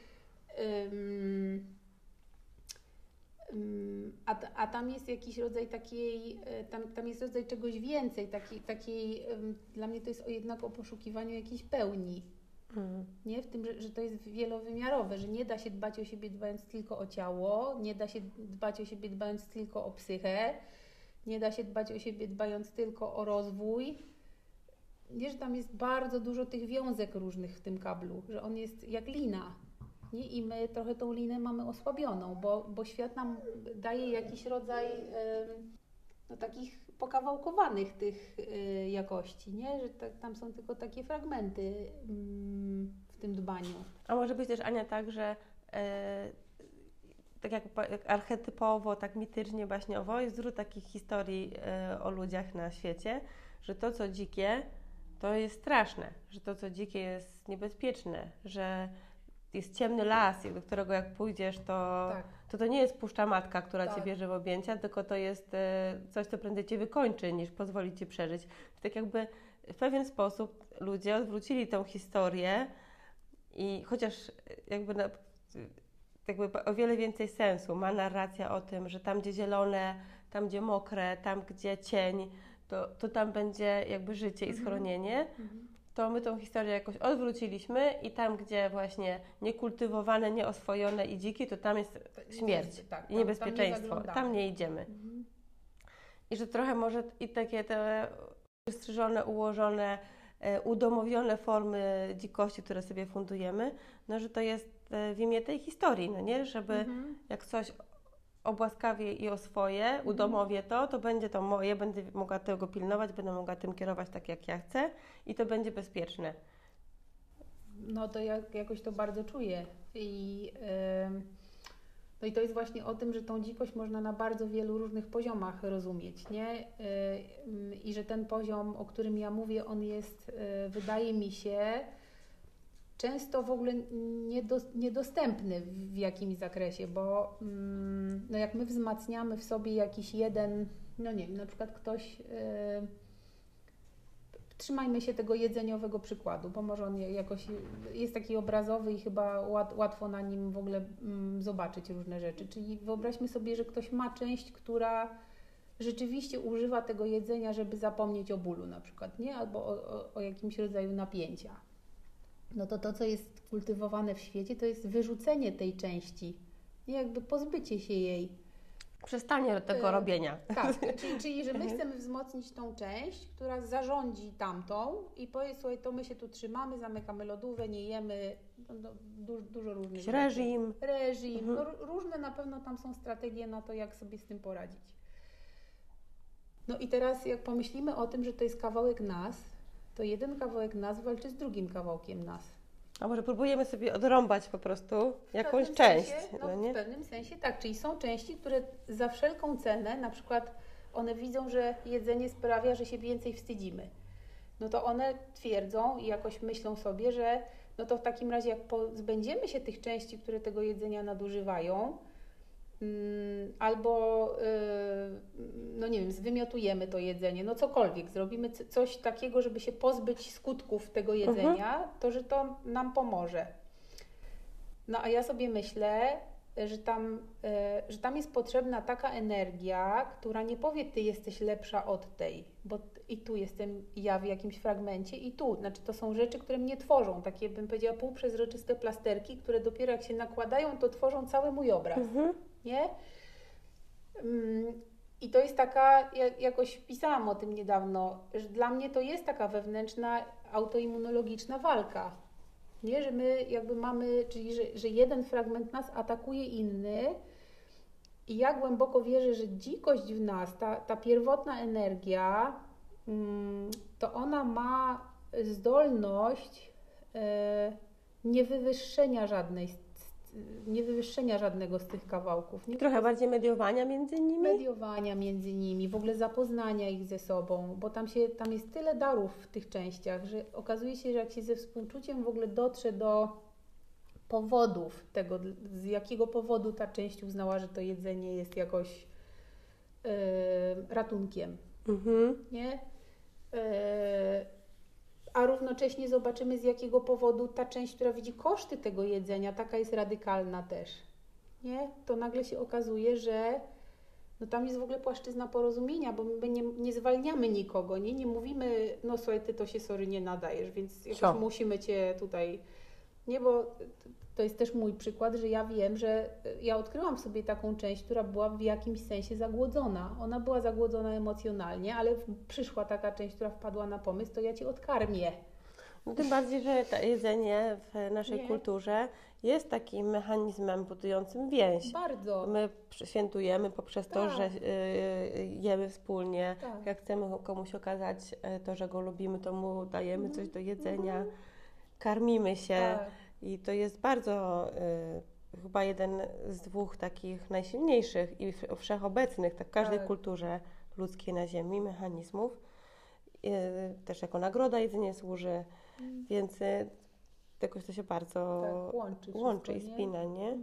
A tam jest jakiś rodzaj takiej, tam jest rodzaj czegoś więcej, dla mnie to jest jednak o poszukiwaniu jakiejś pełni. Nie? W tym, że to jest wielowymiarowe, że nie da się dbać o siebie dbając tylko o ciało, nie da się dbać o siebie dbając tylko o psychę, nie da się dbać o siebie dbając tylko o rozwój. Wiesz, że tam jest bardzo dużo tych wiązek różnych w tym kablu, że on jest jak lina. Nie? I my trochę tą linę mamy osłabioną, bo świat nam daje jakiś rodzaj takich pokawałkowanych tych jakości, nie? Że tam są tylko takie fragmenty w tym dbaniu. A może być też, Ania, tak, że tak jak archetypowo, tak mitycznie, baśniowo jest dużo takich historii o ludziach na świecie, że to, co dzikie, to jest straszne, że to, co dzikie jest niebezpieczne, że jest ciemny las, do którego jak pójdziesz, to nie jest puszcza matka, która Cię bierze w objęcia, tylko to jest coś, co prędzej Cię wykończy, niż pozwoli Ci przeżyć. Tak jakby w pewien sposób ludzie odwrócili tą historię i chociaż jakby o wiele więcej sensu ma narracja o tym, że tam, gdzie zielone, tam, gdzie mokre, tam, gdzie cień, to tam będzie jakby życie i schronienie, to my tą historię jakoś odwróciliśmy i tam, gdzie właśnie niekultywowane, nieoswojone i dziki, to tam jest śmierć i niebezpieczeństwo. Tam nie idziemy. I że trochę może i takie te wystrzyżone, ułożone, udomowione formy dzikości, które sobie fundujemy, no że to jest w imię tej historii, no nie? Żeby jak coś obłaskawię i oswoję, udomowię to będzie to moje, będę mogła tego pilnować, będę mogła tym kierować tak, jak ja chcę i to będzie bezpieczne. No to ja jakoś to bardzo czuję no i to jest właśnie o tym, że tą dzikość można na bardzo wielu różnych poziomach rozumieć, nie? I że ten poziom, o którym ja mówię, on jest, wydaje mi się, często w ogóle niedostępny w jakimś zakresie, bo no jak my wzmacniamy w sobie jakiś jeden, no nie wiem, na przykład ktoś, trzymajmy się tego jedzeniowego przykładu, bo może on jakoś jest taki obrazowy i chyba łatwo na nim w ogóle zobaczyć różne rzeczy. Czyli wyobraźmy sobie, że ktoś ma część, która rzeczywiście używa tego jedzenia, żeby zapomnieć o bólu na przykład, nie? Albo o jakimś rodzaju napięcia. No to, co jest kultywowane w świecie, to jest wyrzucenie tej części, nie? Jakby pozbycie się jej. Przestanie tego robienia. Tak, czyli że my chcemy wzmocnić tą część, która zarządzi tamtą i powie, słuchaj, to my się tu trzymamy, zamykamy lodówkę, nie jemy, dużo różnych rzeczy. Reżim. No, różne na pewno tam są strategie na to, jak sobie z tym poradzić. No i teraz jak pomyślimy o tym, że to jest kawałek nas, to jeden kawałek nas walczy z drugim kawałkiem nas. A może próbujemy sobie odrąbać po prostu jakąś część? W pewnym sensie tak, czyli są części, które za wszelką cenę, na przykład one widzą, że jedzenie sprawia, że się więcej wstydzimy. No to one twierdzą i jakoś myślą sobie, że no to w takim razie jak pozbędziemy się tych części, które tego jedzenia nadużywają, albo no nie wiem, zwymiotujemy to jedzenie, no cokolwiek, zrobimy coś takiego, żeby się pozbyć skutków tego jedzenia, to że to nam pomoże. No a ja sobie myślę, że tam jest potrzebna taka energia, która nie powie, ty jesteś lepsza od tej, bo i tu jestem ja w jakimś fragmencie i tu. Znaczy to są rzeczy, które mnie tworzą, takie bym powiedziała półprzezroczyste plasterki, które dopiero jak się nakładają, to tworzą cały mój obraz. Nie? I to jest taka, ja jakoś pisałam o tym niedawno, że dla mnie to jest taka wewnętrzna autoimmunologiczna walka. Nie, że my jakby mamy, czyli że jeden fragment nas atakuje inny i ja głęboko wierzę, że dzikość w nas, ta pierwotna energia, to ona ma zdolność niewywyższenia żadnego z tych kawałków. Nie? Trochę bardziej mediowania między nimi? Mediowania między nimi, w ogóle zapoznania ich ze sobą, bo tam jest tyle darów w tych częściach, że okazuje się, że jak się ze współczuciem w ogóle dotrze do powodów tego, z jakiego powodu ta część uznała, że to jedzenie jest jakoś ratunkiem. Nie? A równocześnie zobaczymy, z jakiego powodu ta część, która widzi koszty tego jedzenia, taka jest radykalna też. Nie? To nagle się okazuje, że no tam jest w ogóle płaszczyzna porozumienia, bo my nie zwalniamy nikogo, nie mówimy, no słuchaj, ty to się nie nadajesz, więc jakoś musimy cię tutaj... Nie, bo to jest też mój przykład, że ja wiem, że ja odkryłam w sobie taką część, która była w jakimś sensie zagłodzona. Ona była zagłodzona emocjonalnie, ale przyszła taka część, która wpadła na pomysł, to ja cię odkarmię. No tym bardziej, że to jedzenie w naszej kulturze jest takim mechanizmem budującym więź. Bardzo. My świętujemy poprzez to, że jemy wspólnie. Jak chcemy komuś okazać to, że go lubimy, to mu dajemy coś do jedzenia. Karmimy się i to jest bardzo chyba jeden z dwóch takich najsilniejszych i wszechobecnych tak w każdej kulturze ludzkiej na ziemi mechanizmów. Też jako nagroda jedzenie służy, więc jakoś to się bardzo łączy i spina, nie?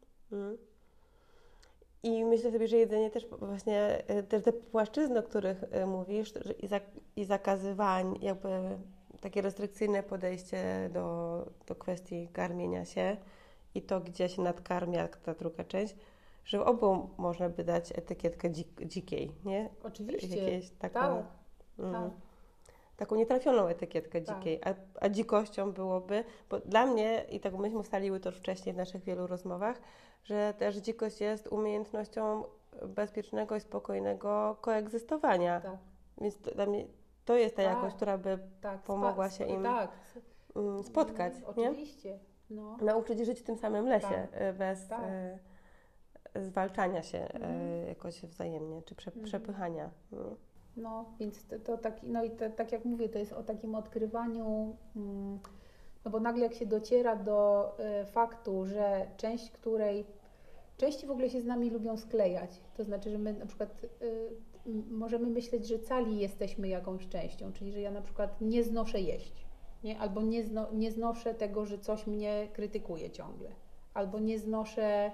I myślę sobie, że jedzenie też właśnie, też te płaszczyzny, o których mówisz, i zakazywań, jakby takie restrykcyjne podejście do kwestii karmienia się i to, gdzie się nadkarmia ta druga część, że w obu można by dać etykietkę dzikiej, nie? Oczywiście. Jakieś taką, taką nietrafioną etykietkę dzikiej, a dzikością byłoby, bo dla mnie, i tak myśmy ustaliły to już wcześniej w naszych wielu rozmowach, że też dzikość jest umiejętnością bezpiecznego i spokojnego koegzystowania. Więc dla mnie to jest ta jakość, która by pomogła się im spotkać. Oczywiście. No. Nauczyć żyć w tym samym lesie, bez zwalczania się jakoś wzajemnie, czy przepychania. No, więc to taki, no i tak jak mówię, to jest o takim odkrywaniu, no bo nagle jak się dociera do faktu, że części w ogóle się z nami lubią sklejać, to znaczy, że my na przykład możemy myśleć, że cali jesteśmy jakąś częścią, czyli że ja na przykład nie znoszę jeść, nie? Albo nie znoszę tego, że coś mnie krytykuje ciągle, albo nie znoszę,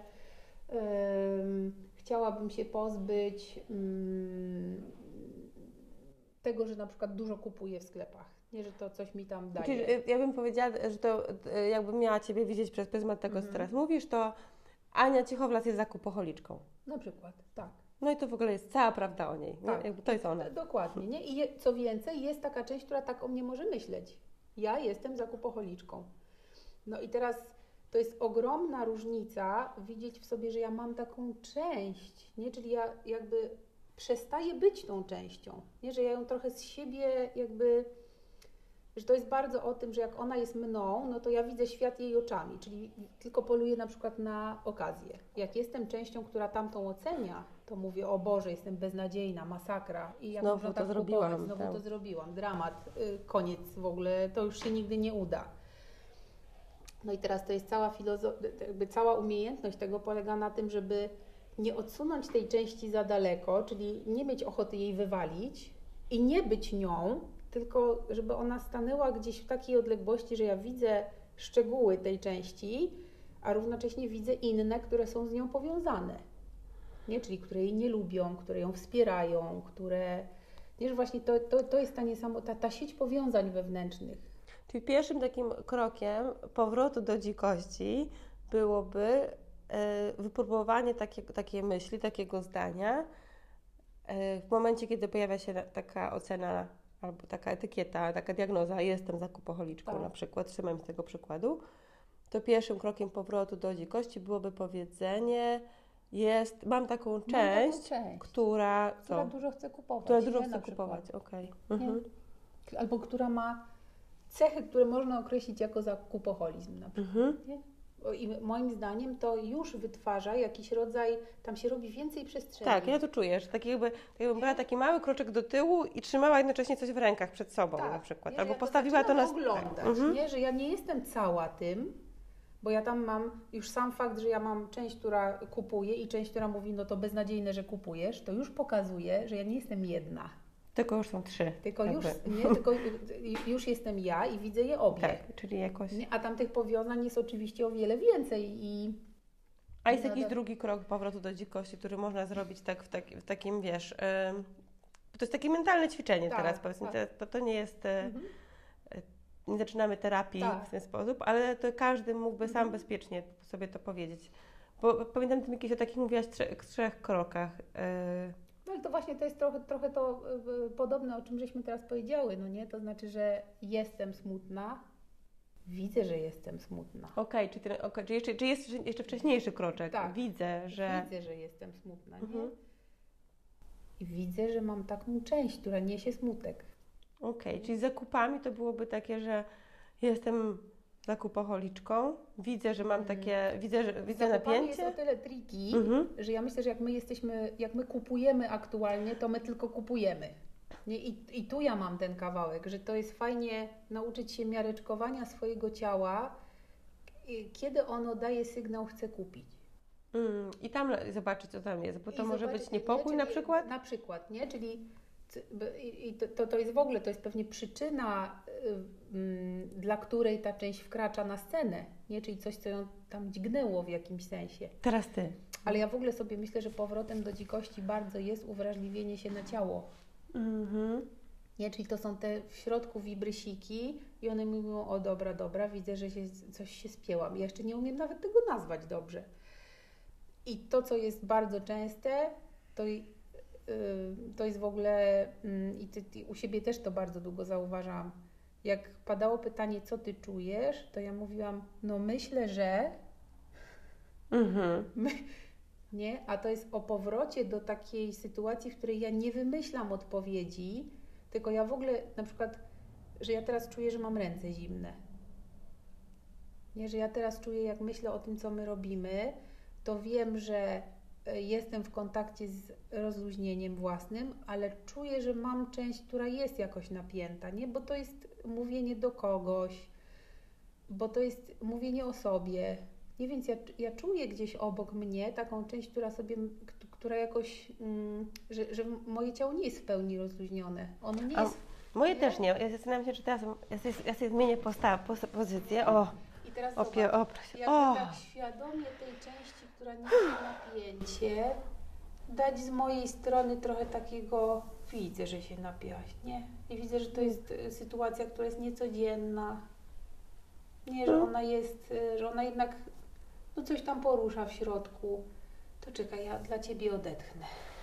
chciałabym się pozbyć tego, że na przykład dużo kupuję w sklepach, nie, że to coś mi tam daje. Czyli ja bym powiedziała, że to jakbym miała Ciebie widzieć przez pryzmat tego, co teraz mówisz, to Ania Cichowlas jest zakupoholiczką. Na przykład, tak. No i to w ogóle jest cała prawda o niej. Tak. Jakby to jest ona. Dokładnie. Nie? I co więcej, jest taka część, która tak o mnie może myśleć. Ja jestem zakupoholiczką. No i teraz To jest ogromna różnica widzieć w sobie, że ja mam taką część, nie? Czyli ja jakby przestaję być tą częścią, nie? Że ja ją trochę z siebie jakby, że to jest bardzo o tym, że jak ona jest mną, no to ja widzę świat jej oczami, czyli tylko poluję na przykład na okazję. Jak jestem częścią, która tamtą ocenia, to mówię, o Boże, jestem beznadziejna, masakra i jak Znowu można to tak zrobiłam, kupować, znowu tak. to zrobiłam, dramat, koniec w ogóle, to już się nigdy nie uda. No i teraz to jest cała jakby cała umiejętność tego polega na tym, żeby nie odsunąć tej części za daleko, czyli nie mieć ochoty jej wywalić i nie być nią, tylko żeby ona stanęła gdzieś w takiej odległości, że ja widzę szczegóły tej części, a równocześnie widzę inne, które są z nią powiązane. Nie? Czyli które jej nie lubią, które ją wspierają, które... Nie, że właśnie to jest ta sieć powiązań wewnętrznych. Czyli pierwszym takim krokiem powrotu do dzikości byłoby wypróbowanie takiej myśli, takiego zdania w momencie, kiedy pojawia się taka ocena albo taka etykieta, taka diagnoza, jestem zakupoholiczką Tak. na przykład, trzymam z tego przykładu, to pierwszym krokiem powrotu do dzikości byłoby powiedzenie, mam taką część, która dużo chce kupować. Która dużo chce kupować, okej. Mhm. Albo która ma cechy, które można określić jako zakupoholizm na przykład. Nie? I moim zdaniem to już wytwarza jakiś rodzaj, tam się robi więcej przestrzeni. Tak, ja to czuję, że jakbym brała taki mały kroczek do tyłu i trzymała jednocześnie coś w rękach przed sobą na przykład. Nie, Albo ja postawiła to na... oglądać, nie? Że ja nie jestem cała tym, bo ja tam mam już sam fakt, że ja mam część, która kupuje i część, która mówi, no to beznadziejne, że kupujesz, to już pokazuje, że ja nie jestem jedna. Tylko już są 3. Tylko już jestem ja i widzę je obie. Tak, czyli jakoś... A tam tych powiązań jest oczywiście o wiele więcej. A jest jakiś drugi krok powrotu do dzikości, który można zrobić tak w takim, wiesz... to jest takie mentalne ćwiczenie teraz, powiedzmy. To nie jest... Nie zaczynamy terapii w ten sposób, ale to każdy mógłby sam bezpiecznie sobie to powiedzieć. Bo pamiętam, ty kiedyś o takich mówiłaś 3 krokach. No ale to właśnie to jest trochę to podobne, o czym żeśmy teraz powiedziały, no nie? To znaczy, że jestem smutna, widzę, że jestem smutna. Okej, czy jest jeszcze wcześniejszy kroczek? Tak. Widzę, że jestem smutna, nie? I widzę, że mam taką część, która niesie smutek. Okej, czyli z zakupami to byłoby takie, że jestem zakupoholiczką, widzę, że mam takie, widzę napięcie. Jest o tyle tricky, że ja myślę, że jak my kupujemy aktualnie, to my tylko kupujemy. Nie? I tu ja mam ten kawałek, że to jest fajnie nauczyć się miareczkowania swojego ciała, kiedy ono daje sygnał, chcę kupić. I tam zobaczyć, co tam jest, bo to może być niepokój na przykład? Na przykład, nie? Czyli to jest w ogóle, to jest pewnie przyczyna, dla której ta część wkracza na scenę, nie? Czyli coś, co ją tam dźgnęło w jakimś sensie. Teraz ty. Ale ja w ogóle sobie myślę, że powrotem do dzikości bardzo jest uwrażliwienie się na ciało. Nie? Czyli to są te w środku wibrysiki i one mówią, o dobra, widzę, że coś się spięłam. Ja jeszcze nie umiem nawet tego nazwać dobrze. I to, co jest bardzo częste, to jest w ogóle, i u siebie też to bardzo długo zauważam, jak padało pytanie, co ty czujesz, to ja mówiłam, no myślę, że... Nie? A to jest o powrocie do takiej sytuacji, w której ja nie wymyślam odpowiedzi, tylko ja w ogóle, na przykład, że ja teraz czuję, że mam ręce zimne. Nie? Że ja teraz czuję, jak myślę o tym, co my robimy, to wiem, że jestem w kontakcie z rozluźnieniem własnym, ale czuję, że mam część, która jest jakoś napięta, nie? Bo to jest mówienie do kogoś, bo to jest mówienie o sobie. Nie, więc ja czuję gdzieś obok mnie taką część, która jakoś, że moje ciało nie jest w pełni rozluźnione. Ono nie jest... Moje też nie. Ja zastanawiam się, czy teraz ja sobie zmienię pozycję. I teraz tak świadomie tej części, która niesie napięcie, dać z mojej strony trochę takiego, widzę, że się napięłaś, nie? I widzę, że to jest sytuacja, która jest niecodzienna. Nie, że ona jednak coś tam porusza w środku. To czekaj, ja dla Ciebie odetchnę.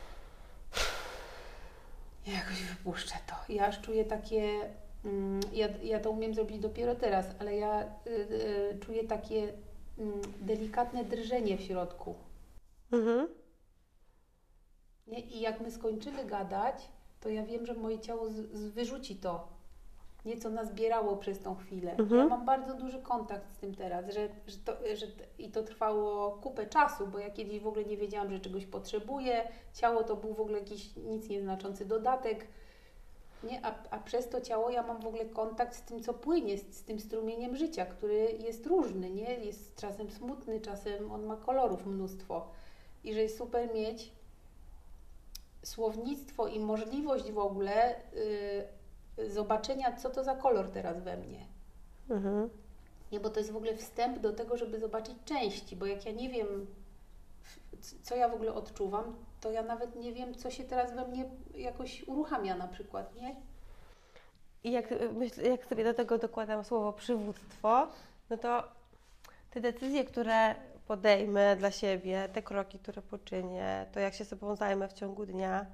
Ja jakoś wypuszczę to. Ja aż czuję takie... Ja to umiem zrobić dopiero teraz, ale ja czuję takie delikatne drżenie w środku. Mhm. Nie? I jak my skończymy gadać, to ja wiem, że moje ciało wyrzuci to, nie, co nazbierało przez tą chwilę. Mhm. Ja mam bardzo duży kontakt z tym teraz, i to trwało kupę czasu, bo ja kiedyś w ogóle nie wiedziałam, że czegoś potrzebuję. Ciało to był w ogóle jakiś nic nieznaczący dodatek. Nie? A przez to ciało ja mam w ogóle kontakt z tym, co płynie, z tym strumieniem życia, który jest różny, nie? Jest czasem smutny, czasem on ma kolorów mnóstwo. I że jest super mieć słownictwo i możliwość w ogóle zobaczenia, co to za kolor teraz we mnie. Mhm. Nie, bo to jest w ogóle wstęp do tego, żeby zobaczyć części, bo jak ja nie wiem, co ja w ogóle odczuwam, to ja nawet nie wiem, co się teraz we mnie jakoś uruchamia na przykład, nie? I jak sobie do tego dokładam słowo przywództwo, no to te decyzje, które podejmę dla siebie, te kroki, które poczynię, to jak się sobą zajmę w ciągu dnia,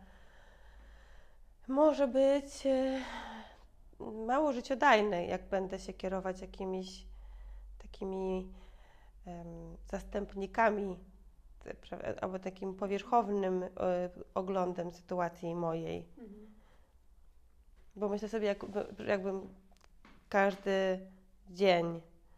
może być mało życiodajne, jak będę się kierować jakimiś takimi zastępnikami albo takim powierzchownym oglądem sytuacji mojej. Mhm. Bo myślę sobie, jakbym każdy dzień,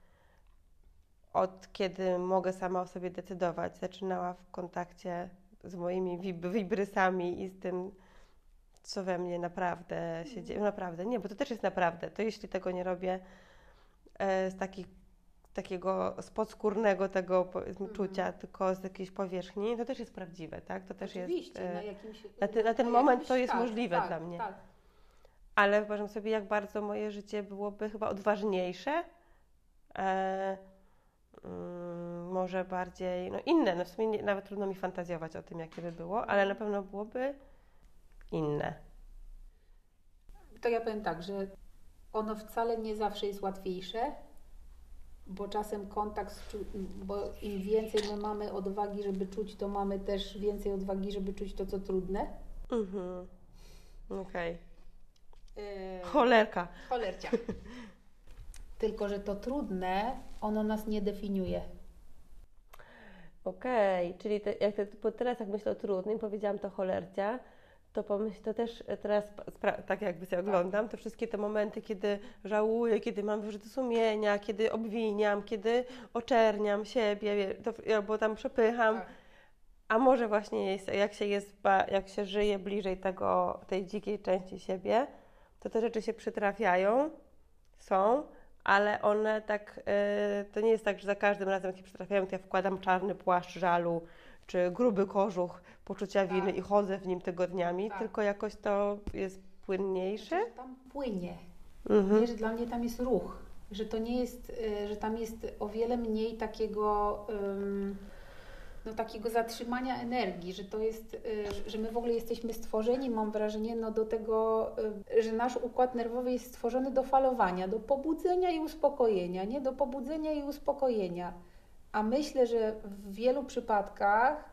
od kiedy mogę sama o sobie decydować, zaczynała w kontakcie z moimi wibrysami i z tym, co we mnie naprawdę się dzieje. Naprawdę, nie, bo to też jest naprawdę. To jeśli tego nie robię z takiego spodskórnego tego czucia, tylko z jakiejś powierzchni, to też jest prawdziwe, tak? To też oczywiście, jest... Na ten moment to jest możliwe dla mnie. Tak. Ale wyobrażam sobie, jak bardzo moje życie byłoby chyba odważniejsze, może bardziej, inne. No w sumie nawet trudno mi fantazjować o tym, jakie by było, ale na pewno byłoby inne. To ja powiem tak, że ono wcale nie zawsze jest łatwiejsze, bo czasem bo im więcej my mamy odwagi, żeby czuć, to mamy też więcej odwagi, żeby czuć to, co trudne. Mhm. Okej. Cholerka. Cholercia. Tylko że to trudne, ono nas nie definiuje. Okej, czyli teraz jak myślę o trudnym, powiedziałam to cholercia, to też teraz, tak jakby sobie oglądam, to wszystkie te momenty, kiedy żałuję, kiedy mam wyrzuty sumienia, kiedy obwiniam, kiedy oczerniam siebie, albo tam przepycham. Tak. A może właśnie jak się żyje bliżej tej dzikiej części siebie, to te rzeczy się przytrafiają, są, ale one tak, to nie jest tak, że za każdym razem jak się przytrafiają, to ja wkładam czarny płaszcz żalu, czy gruby kożuch poczucia winy i chodzę w nim tygodniami, tylko jakoś to jest płynniejsze. Znaczy, że tam płynie. Nie, że dla mnie tam jest ruch, że to nie jest, że tam jest o wiele mniej takiego zatrzymania energii, że to jest, że my w ogóle jesteśmy stworzeni, mam wrażenie, do tego, że nasz układ nerwowy jest stworzony do falowania, do pobudzenia i uspokojenia, nie? Do pobudzenia i uspokojenia. A myślę, że w wielu przypadkach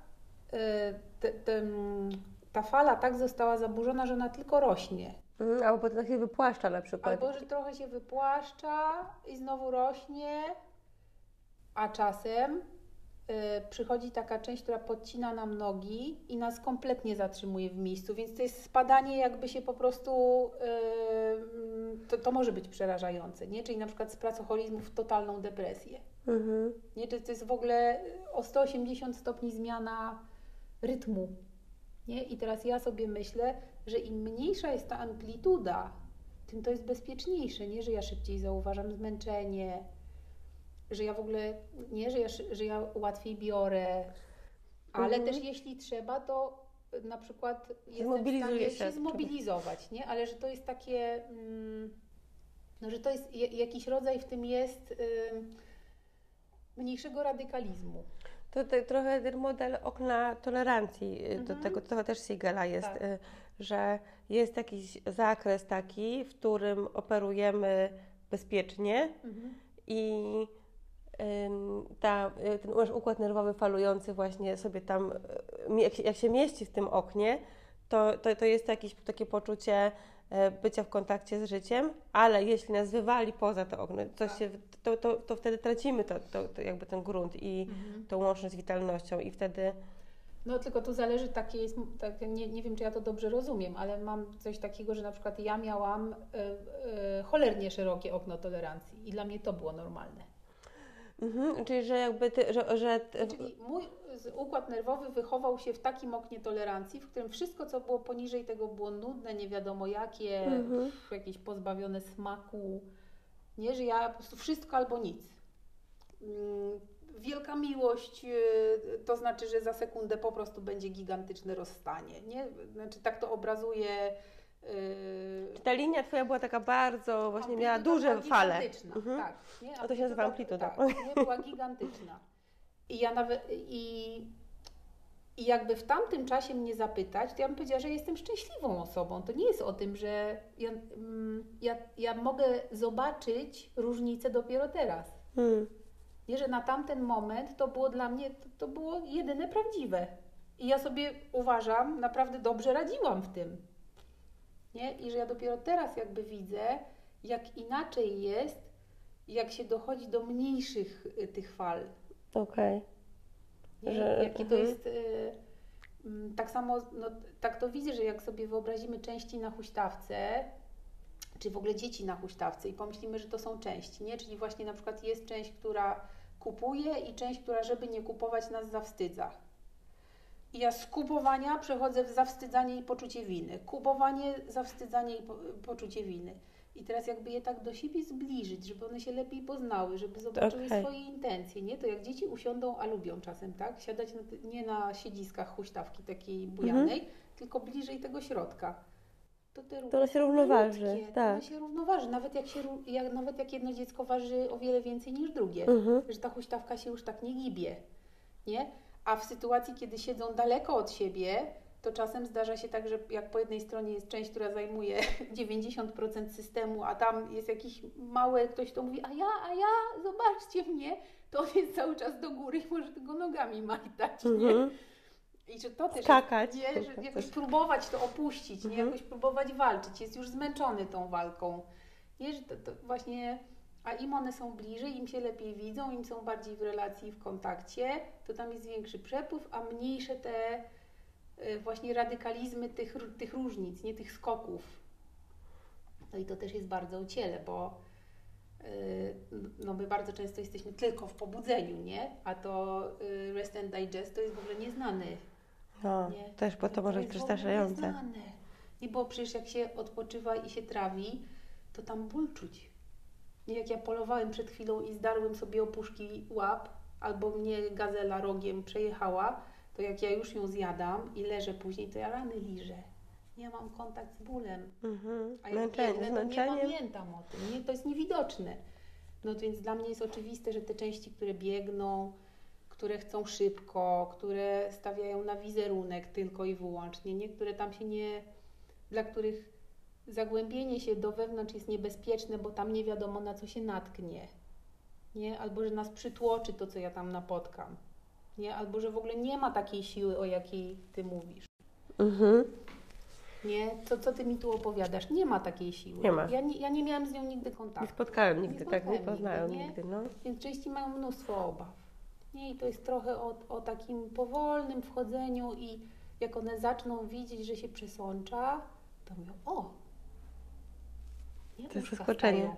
ta fala tak została zaburzona, że ona tylko rośnie. Albo potem się wypłaszcza na przykład. Albo, że trochę się wypłaszcza i znowu rośnie, a czasem przychodzi taka część, która podcina nam nogi i nas kompletnie zatrzymuje w miejscu, więc to jest spadanie jakby się po prostu, to może być przerażające, nie? Czyli na przykład z pracoholizmu w totalną depresję. Nie? To jest w ogóle o 180 stopni zmiana rytmu. Nie? I teraz ja sobie myślę, że im mniejsza jest ta amplituda, tym to jest bezpieczniejsze, nie? Że ja szybciej zauważam zmęczenie, że ja w ogóle, nie, że ja łatwiej biorę, ale też jeśli trzeba, to na przykład jestem w stanie się zmobilizować, nie? Ale że to jest takie, że to jest jakiś rodzaj w tym jest mniejszego radykalizmu. To trochę ten model okna tolerancji, do tego trochę też Siegela jest, że jest jakiś zakres taki, w którym operujemy bezpiecznie i ten układ nerwowy falujący właśnie sobie tam, jak się mieści w tym oknie, to jest jakieś takie poczucie bycia w kontakcie z życiem, ale jeśli nas wywali poza to okno, to wtedy tracimy jakby ten grunt i tą łączność z witalnością i wtedy... No tylko tu zależy, nie wiem, czy ja to dobrze rozumiem, ale mam coś takiego, że na przykład ja miałam cholernie szerokie okno tolerancji i dla mnie to było normalne. Czyli, że jakby Czyli mój układ nerwowy wychował się w takim oknie tolerancji, w którym wszystko, co było poniżej tego, było nudne, nie wiadomo jakie, jakieś pozbawione smaku, nie, że ja po prostu wszystko albo nic. Wielka miłość to znaczy, że za sekundę po prostu będzie gigantyczne rozstanie, nie? Znaczy tak to obrazuje... Ta linia Twoja była taka bardzo, właśnie miała duże fale. Tak, nie? To się nazywa amplituda. Tak, nie? Była gigantyczna. I ja nawet... I jakby w tamtym czasie mnie zapytać, to ja bym powiedziała, że jestem szczęśliwą osobą. To nie jest o tym, że ja mogę zobaczyć różnicę dopiero teraz. Nie, że na tamten moment to było dla mnie, to było jedyne prawdziwe. I ja sobie uważam, naprawdę dobrze radziłam w tym. Nie? I że ja dopiero teraz jakby widzę, jak inaczej jest, jak się dochodzi do mniejszych tych fal. Okej. Jakie to jest... tak samo, tak to widzę, że jak sobie wyobrazimy części na huśtawce, czy w ogóle dzieci na huśtawce i pomyślimy, że to są części, nie? Czyli właśnie na przykład jest część, która kupuje i część, która żeby nie kupować nas zawstydza. I ja z kupowania przechodzę w zawstydzanie i poczucie winy. Kupowanie, zawstydzanie i poczucie winy. I teraz jakby je tak do siebie zbliżyć, żeby one się lepiej poznały, żeby zobaczyły swoje intencje, nie? To jak dzieci usiądą, a lubią czasem, tak? Siadać nie na siedziskach huśtawki takiej bujanej, tylko bliżej tego środka. To ona się równoważy. Malutkie, tak. Ona się równoważy, nawet jak jedno dziecko waży o wiele więcej niż drugie. Że ta huśtawka się już tak nie gibie, nie? A w sytuacji, kiedy siedzą daleko od siebie, to czasem zdarza się tak, że jak po jednej stronie jest część, która zajmuje 90% systemu, a tam jest jakiś mały, ktoś to mówi, a ja, zobaczcie mnie, to on jest cały czas do góry i może tego nogami majtać, nie? I że to też skakać. Jest, nie? Że jakoś próbować to opuścić, nie? Jakoś próbować walczyć, jest już zmęczony tą walką. Nie? Że to właśnie... A im one są bliżej, im się lepiej widzą, im są bardziej w relacji, w kontakcie, to tam jest większy przepływ, a mniejsze te właśnie radykalizmy tych różnic, nie tych skoków. No i to też jest bardzo o ciele, bo my bardzo często jesteśmy tylko w pobudzeniu, nie? A to rest and digest to jest w ogóle nieznany. No, nie? też, bo to może być przestraszające. Nie, bo przecież jak się odpoczywa i się trawi, to tam ból czuć. Nie, jak ja polowałem przed chwilą i zdarłem sobie opuszki łap, albo mnie gazela rogiem przejechała, to jak ja już ją zjadam i leżę później, to ja rany liżę. Ja mam kontakt z bólem. A jak biegnę, to nie pamiętam o tym. Nie, to jest niewidoczne. No więc dla mnie jest oczywiste, że te części, które biegną, które chcą szybko, które stawiają na wizerunek tylko i wyłącznie, niektóre tam się nie... dla których zagłębienie się do wewnątrz jest niebezpieczne, bo tam nie wiadomo, na co się natknie. Nie? Albo, że nas przytłoczy to, co ja tam napotkam. Nie? Albo, że w ogóle nie ma takiej siły, o jakiej ty mówisz. Nie? Co ty mi tu opowiadasz? Nie ma takiej siły. Nie ma. Ja nie miałam z nią nigdy kontaktu. Nie spotkałem nigdy, nie poznałem nigdy. No. Więc części mają mnóstwo obaw. Nie? I to jest trochę o takim powolnym wchodzeniu i jak one zaczną widzieć, że się przesącza, to mówią, to jest zaskoczenie.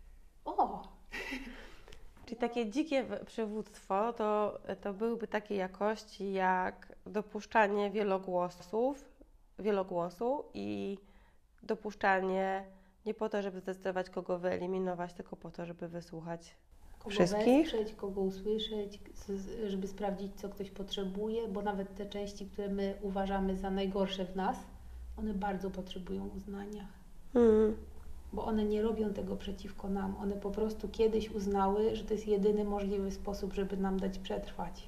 Czyli takie dzikie przywództwo to byłyby takie jakości jak dopuszczanie wielogłosu i dopuszczanie nie po to, żeby zdecydować, kogo wyeliminować, tylko po to, żeby wysłuchać wszystkich. Wesprzeć, kogo usłyszeć, żeby sprawdzić, co ktoś potrzebuje, bo nawet te części, które my uważamy za najgorsze w nas, one bardzo potrzebują uznania. Bo one nie robią tego przeciwko nam. One po prostu kiedyś uznały, że to jest jedyny możliwy sposób, żeby nam dać przetrwać.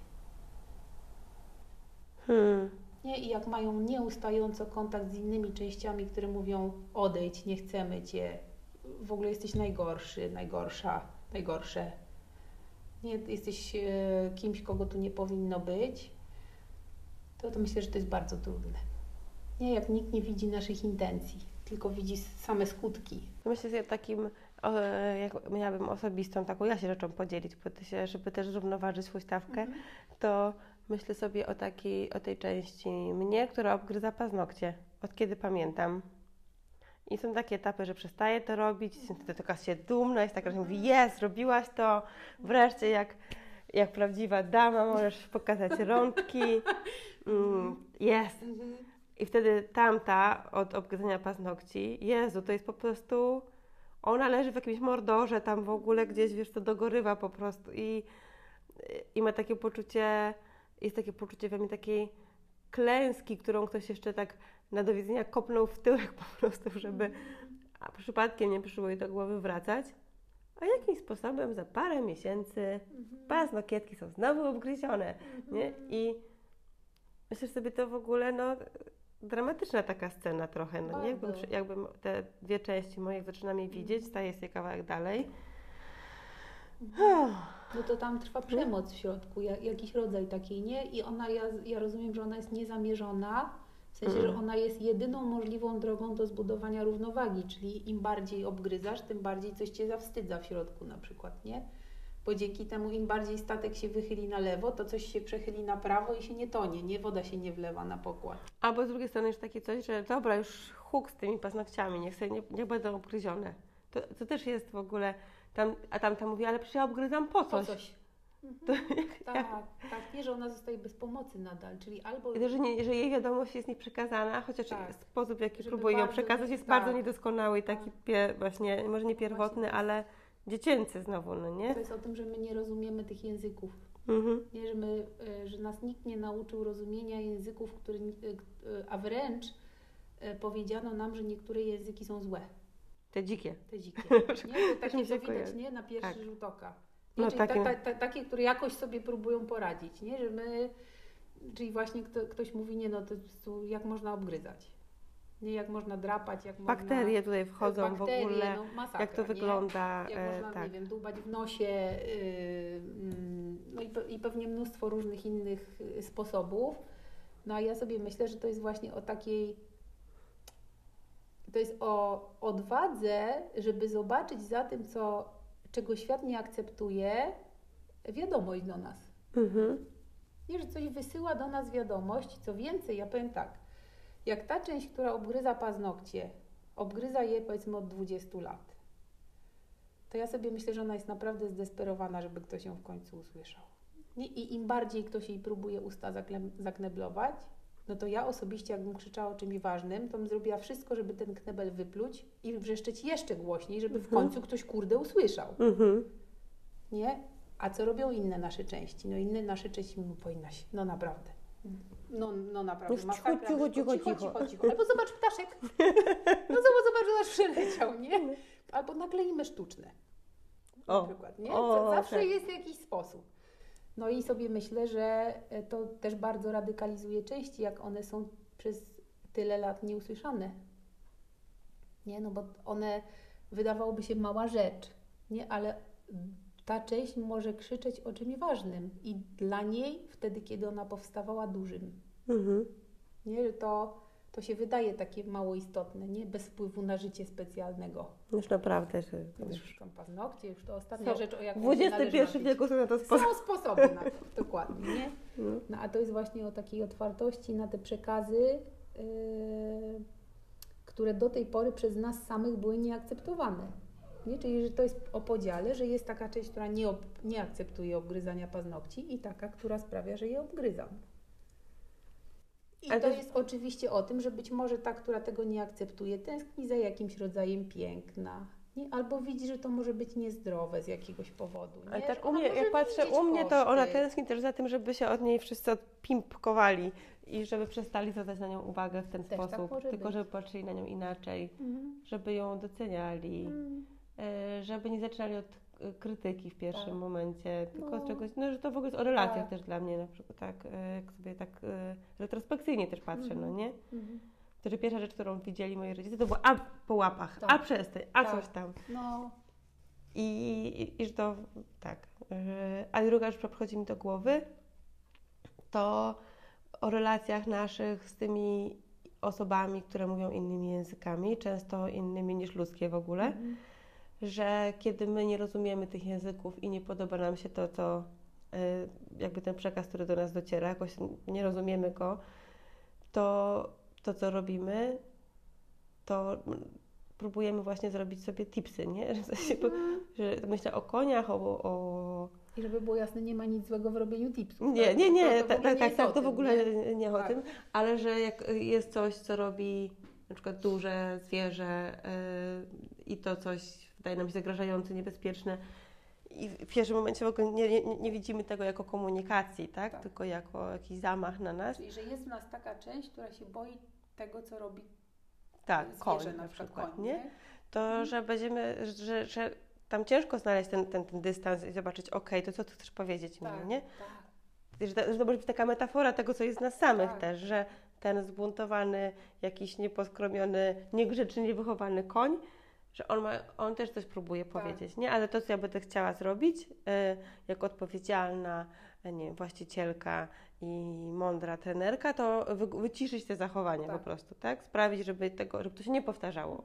Nie? I jak mają nieustająco kontakt z innymi częściami, które mówią, odejdź, nie chcemy cię, w ogóle jesteś najgorszy, najgorsza, najgorsze. Nie? Jesteś kimś, kogo tu nie powinno być, to myślę, że to jest bardzo trudne. Nie? Jak nikt nie widzi naszych intencji. tylko widzi same skutki. Myślę sobie takim, jak miałabym osobistą taką ja się rzeczą podzielić, żeby też zrównoważyć huśtawkę, to myślę sobie o tej części mnie, która obgryza paznokcie, od kiedy pamiętam. I są takie etapy, że przestaję to robić, wtedy taka się dumna, jest taka, że mówi, jest, zrobiłaś to, wreszcie jak prawdziwa dama możesz pokazać rączki, jest. I wtedy tamta od obgryzania paznokci, Jezu, to jest po prostu, ona leży w jakimś mordorze tam w ogóle gdzieś, wiesz, to dogorywa po prostu i ma takie poczucie, jest takie poczucie we mnie takiej klęski, którą ktoś jeszcze tak na do widzenia kopnął w tyłek po prostu, żeby przypadkiem nie przyszło jej do głowy wracać. A jakimś sposobem za parę miesięcy paznokietki są znowu obgryzione, nie? I myślę sobie to w ogóle, no, dramatyczna taka scena trochę, no nie? Jakbym te dwie części moje zaczynam je widzieć, staję sobie kawałek dalej. No to tam trwa przemoc w środku, jakiś rodzaj takiej, nie? I ona, ja rozumiem, że ona jest niezamierzona, w sensie, że ona jest jedyną możliwą drogą do zbudowania równowagi, czyli im bardziej obgryzasz, tym bardziej coś Cię zawstydza w środku na przykład, nie? Bo dzięki temu im bardziej statek się wychyli na lewo, to coś się przechyli na prawo i się nie tonie, nie? Woda się nie wlewa na pokład. Albo z drugiej strony już takie coś, że dobra, już huk z tymi paznokciami, niech będą obgryzione. To też jest w ogóle, a tamta mówi, ale przecież ja obgryzam po coś. Tak, nie, że ona zostaje bez pomocy nadal, czyli albo... Że jej wiadomość jest nieprzekazana, chociaż sposób, w jaki próbuje ją przekazać, jest bardzo niedoskonały i taki właśnie, może nie pierwotny, ale dziecięcy znowu, no nie? To jest o tym, że my nie rozumiemy tych języków. Nie, że nas nikt nie nauczył rozumienia języków, a wręcz powiedziano nam, że niektóre języki są złe. Te dzikie. Nie? To takie, co widać, nie? Na pierwszy rzut oka. No, czyli takie, które jakoś sobie próbują poradzić, nie? Że czyli właśnie ktoś mówi, nie, no to jak można obgryzać, nie, jak można drapać, jak bakterie tutaj wchodzą w ogóle, no, masakra, jak to wygląda. Jak można, nie wiem, dłubać w nosie, no i pewnie mnóstwo różnych innych sposobów. No a ja sobie myślę, że to jest właśnie o takiej, to jest o odwadze, żeby zobaczyć za tym, czego świat nie akceptuje, wiadomość do nas. Nie, że coś wysyła do nas wiadomość. Co więcej, ja powiem tak, jak ta część, która obgryza paznokcie, obgryza je powiedzmy od 20 lat, to ja sobie myślę, że ona jest naprawdę zdesperowana, żeby ktoś ją w końcu usłyszał. I im bardziej ktoś jej próbuje usta zakneblować, no to ja osobiście, jakbym krzyczała o czymś ważnym, to bym zrobiła wszystko, żeby ten knebel wypluć i wrzeszczeć jeszcze głośniej, żeby w końcu ktoś, kurde, usłyszał. Nie? A co robią inne nasze części? No inne nasze części mówią, powinnaś, no naprawdę. No naprawdę, masakra. Cicho. Albo zobacz ptaszek. No zobacz, że aż przyleciał, nie? Albo naklejmy sztuczne. Na przykład, nie? Zawsze jest jakiś sposób. No i sobie myślę, że to też bardzo radykalizuje części, jak one są przez tyle lat nieusłyszane. Nie? No bo one, wydawałoby się mała rzecz, nie? Ale ta część może krzyczeć o czymś ważnym i dla niej wtedy, kiedy ona powstawała, dużym. Nie? Że to się wydaje takie mało istotne, nie? Bez wpływu na życie specjalnego. Już naprawdę. Już są paznokcie, już to ostatnia rzecz, o jaką w XXI wieku są na to sposoby. Są sposoby na to, dokładnie, nie? No a to jest właśnie o takiej otwartości na te przekazy, które do tej pory przez nas samych były nieakceptowane. Nie? Czyli, że to jest o podziale, że jest taka część, która nie akceptuje obgryzania paznokci i taka, która sprawia, że je obgryzam. I to jest oczywiście o tym, że być może ta, która tego nie akceptuje, tęskni za jakimś rodzajem piękna. Nie? Albo widzi, że to może być niezdrowe z jakiegoś powodu. Nie? Ale tak jak patrzę u mnie, to ona tęskni też za tym, żeby się od niej wszyscy odpimpkowali i żeby przestali zwracać na nią uwagę w ten sposób, tak tylko żeby patrzyli na nią inaczej, żeby ją doceniali, żeby nie zaczynali od krytyki w pierwszym momencie, tylko z czegoś, no że to w ogóle jest o relacjach też dla mnie, na przykład tak, jak sobie tak retrospekcyjnie też patrzę, no nie? To, że pierwsza rzecz, którą widzieli moi rodzice, to było po łapach, przestań, coś tam. No. I że to tak. A druga rzecz, która przychodzi mi do głowy, to o relacjach naszych z tymi osobami, które mówią innymi językami, często innymi niż ludzkie w ogóle, że kiedy my nie rozumiemy tych języków i nie podoba nam się to jakby ten przekaz, który do nas dociera, jakoś nie rozumiemy go, to co robimy, to próbujemy właśnie zrobić sobie tipsy, nie? Że myślę o koniach, I żeby było jasne, nie ma nic złego w robieniu tipsów. Nie, tak, to w ogóle nie o tak. tym, ale że jak jest coś, co robi na przykład duże zwierzę i to coś wydaje nam się zagrażające, niebezpieczne i w pierwszym momencie w ogóle nie widzimy tego jako komunikacji, tak? Tylko jako jakiś zamach na nas. Czyli, że jest w nas taka część, która się boi tego, co robi zwierzę, koń na przykład, koń, nie? To, że będziemy, że tam ciężko znaleźć ten dystans i zobaczyć, to co ty chcesz powiedzieć mi, nie? Tak. Że to może być taka metafora tego, co jest w nas samych też, że ten zbuntowany, jakiś nieposkromiony, niegrzeczny, niewychowany koń, że on też coś próbuje powiedzieć, nie? Ale to, co ja będę chciała zrobić, jako odpowiedzialna, nie wiem, właścicielka i mądra trenerka, to wyciszyć te zachowania po prostu, tak? Sprawić, żeby to się nie powtarzało.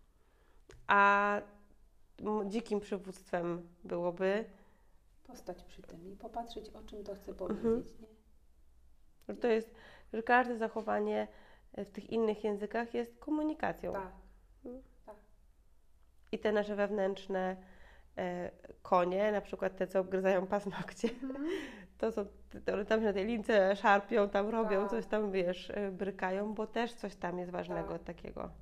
A dzikim przywództwem byłoby postać przy tym i popatrzeć, o czym to chce powiedzieć, nie? To jest, że każde zachowanie w tych innych językach jest komunikacją. Tak. I te nasze wewnętrzne konie, na przykład te, co obgryzają paznokcie, to są, one tam się na tej lince szarpią, tam robią, coś tam, brykają, bo też coś tam jest ważnego takiego.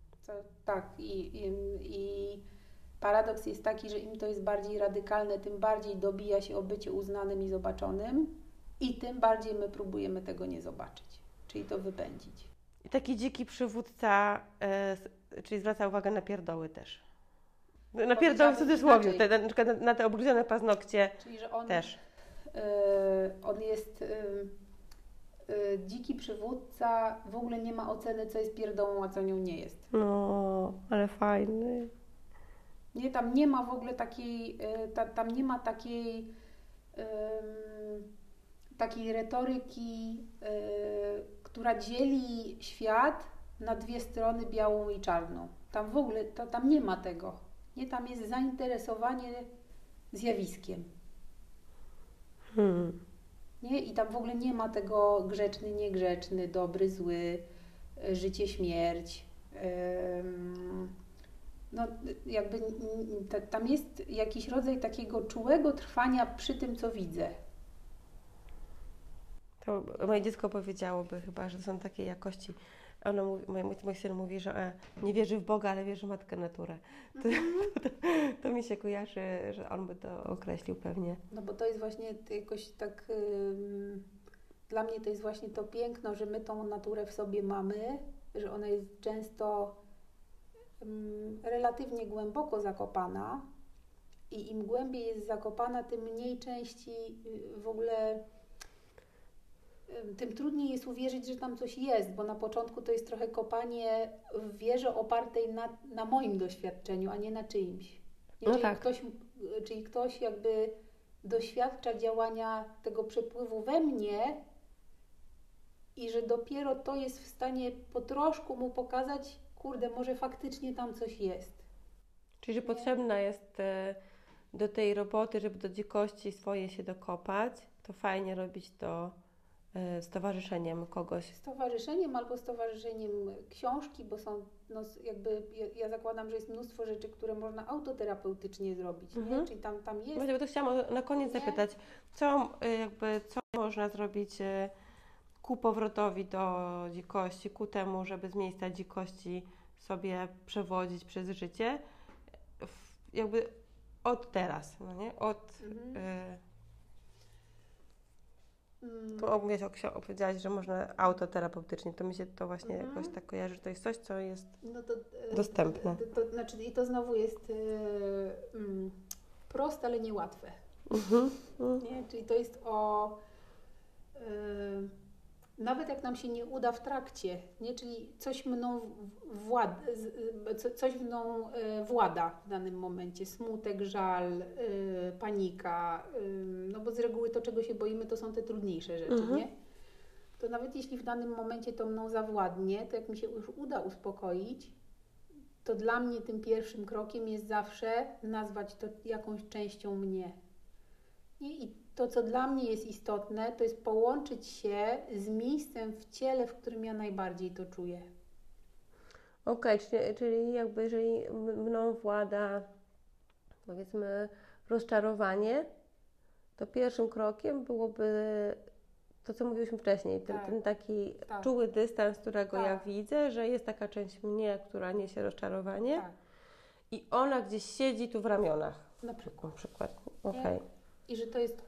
I paradoks jest taki, że im to jest bardziej radykalne, tym bardziej dobija się o bycie uznanym i zobaczonym i tym bardziej my próbujemy tego nie zobaczyć, czyli to wypędzić. I taki dziki przywódca, czyli zwraca uwagę na pierdoły też. Na pierdoły w cudzysłowie, na przykład na te obgryzione paznokcie. Czyli, że on też. On jest dziki przywódca, w ogóle nie ma oceny, co jest pierdołą, a co nią nie jest. No, ale fajny. Nie, tam nie ma w ogóle takiej, tam nie ma takiej retoryki, która dzieli świat na dwie strony, białą i czarną. Tam w ogóle, tam nie ma tego. Nie, tam jest zainteresowanie zjawiskiem. Nie? I tam w ogóle nie ma tego grzeczny, niegrzeczny, dobry, zły, życie, śmierć. No, jakby tam jest jakiś rodzaj takiego czułego trwania przy tym, co widzę. To moje dziecko powiedziałoby chyba, że to są takie jakości. Ono mówi, mój syn mówi, że nie wierzy w Boga, ale wierzy w Matkę Naturę. To mi się kojarzy, że on by to określił pewnie. No bo to jest właśnie jakoś tak... Dla mnie to jest właśnie to piękno, że my tą naturę w sobie mamy, że ona jest często relatywnie głęboko zakopana i im głębiej jest zakopana, tym mniej części w ogóle... Tym trudniej jest uwierzyć, że tam coś jest, bo na początku to jest trochę kopanie w wierze opartej na moim doświadczeniu, a nie na czyimś. Czyli ktoś jakby doświadcza działania tego przepływu we mnie i że dopiero to jest w stanie po troszku mu pokazać, kurde, może faktycznie tam coś jest. Czyli, że potrzebna jest do tej roboty, żeby do dzikości swojej się dokopać, to fajnie robić to z towarzyszeniem kogoś. Z towarzyszeniem albo z towarzyszeniem książki, bo są, ja zakładam, że jest mnóstwo rzeczy, które można autoterapeutycznie zrobić, nie? Czyli tam jest... Właśnie, bo to chciałam na koniec zapytać, co można zrobić ku powrotowi do dzikości, ku temu, żeby z miejsca dzikości sobie przewodzić przez życie, jakby od teraz, no nie? Tu powiedziałaś, że można autoterapeutycznie, to mi się to właśnie jakoś tak kojarzy, że to jest coś, co jest dostępne. I to znowu jest proste, ale niełatwe. Nie? Czyli to jest nawet jak nam się nie uda w trakcie, nie? Czyli coś mną włada w danym momencie, smutek, żal, panika, no bo z reguły to, czego się boimy, to są te trudniejsze rzeczy, nie? to nawet jeśli w danym momencie to mną zawładnie, to jak mi się już uda uspokoić, to dla mnie tym pierwszym krokiem jest zawsze nazwać to jakąś częścią mnie. I to, co dla mnie jest istotne, to jest połączyć się z miejscem w ciele, w którym ja najbardziej to czuję. Okej, czyli jakby jeżeli mną włada, powiedzmy, rozczarowanie, to pierwszym krokiem byłoby to, co mówiliśmy wcześniej, ten taki czuły dystans, którego ja widzę, że jest taka część mnie, która niesie rozczarowanie i ona gdzieś siedzi tu w ramionach. Na przykład. Okay. I że to jest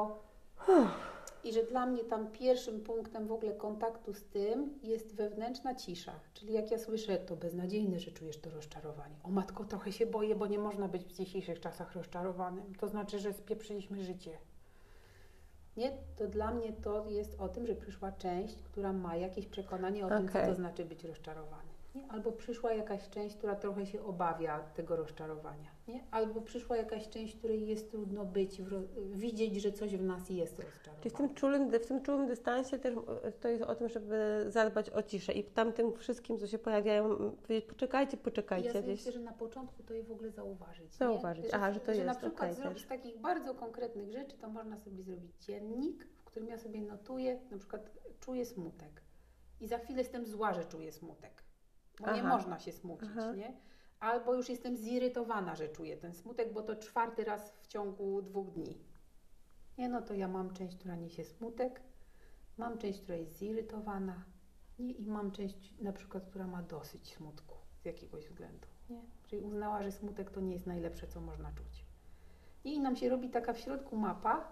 I że dla mnie tam pierwszym punktem w ogóle kontaktu z tym jest wewnętrzna cisza. Czyli jak ja słyszę, to beznadziejne, że czujesz to rozczarowanie. O matko, trochę się boję, bo nie można być w dzisiejszych czasach rozczarowanym. To znaczy, że spieprzyliśmy życie. Nie? To dla mnie to jest o tym, że przyszła część, która ma jakieś przekonanie o tym, co to znaczy być rozczarowany. Nie? Albo przyszła jakaś część, która trochę się obawia tego rozczarowania. Nie? Albo przyszła jakaś część, której jest trudno widzieć, że coś w nas jest rozczarowane. Czyli w tym czułym dystansie też to jest o tym, żeby zadbać o ciszę i tamtym wszystkim, co się pojawiają, powiedzieć poczekajcie. Ja sobie myślę, że na początku to je w ogóle zauważyć. Że to jest na przykład z takich bardzo konkretnych rzeczy to można sobie zrobić dziennik, w którym ja sobie notuję, na przykład czuję smutek i za chwilę jestem zła, że czuję smutek. Bo nie można się smucić, nie? Albo już jestem zirytowana, że czuję ten smutek, bo to 4. raz w ciągu 2 dni. Nie, no to ja mam część, która niesie smutek, mam część, która jest zirytowana, nie? I mam część na przykład, która ma dosyć smutku z jakiegoś względu, nie? Czyli uznała, że smutek to nie jest najlepsze, co można czuć. I nam się robi taka w środku mapa,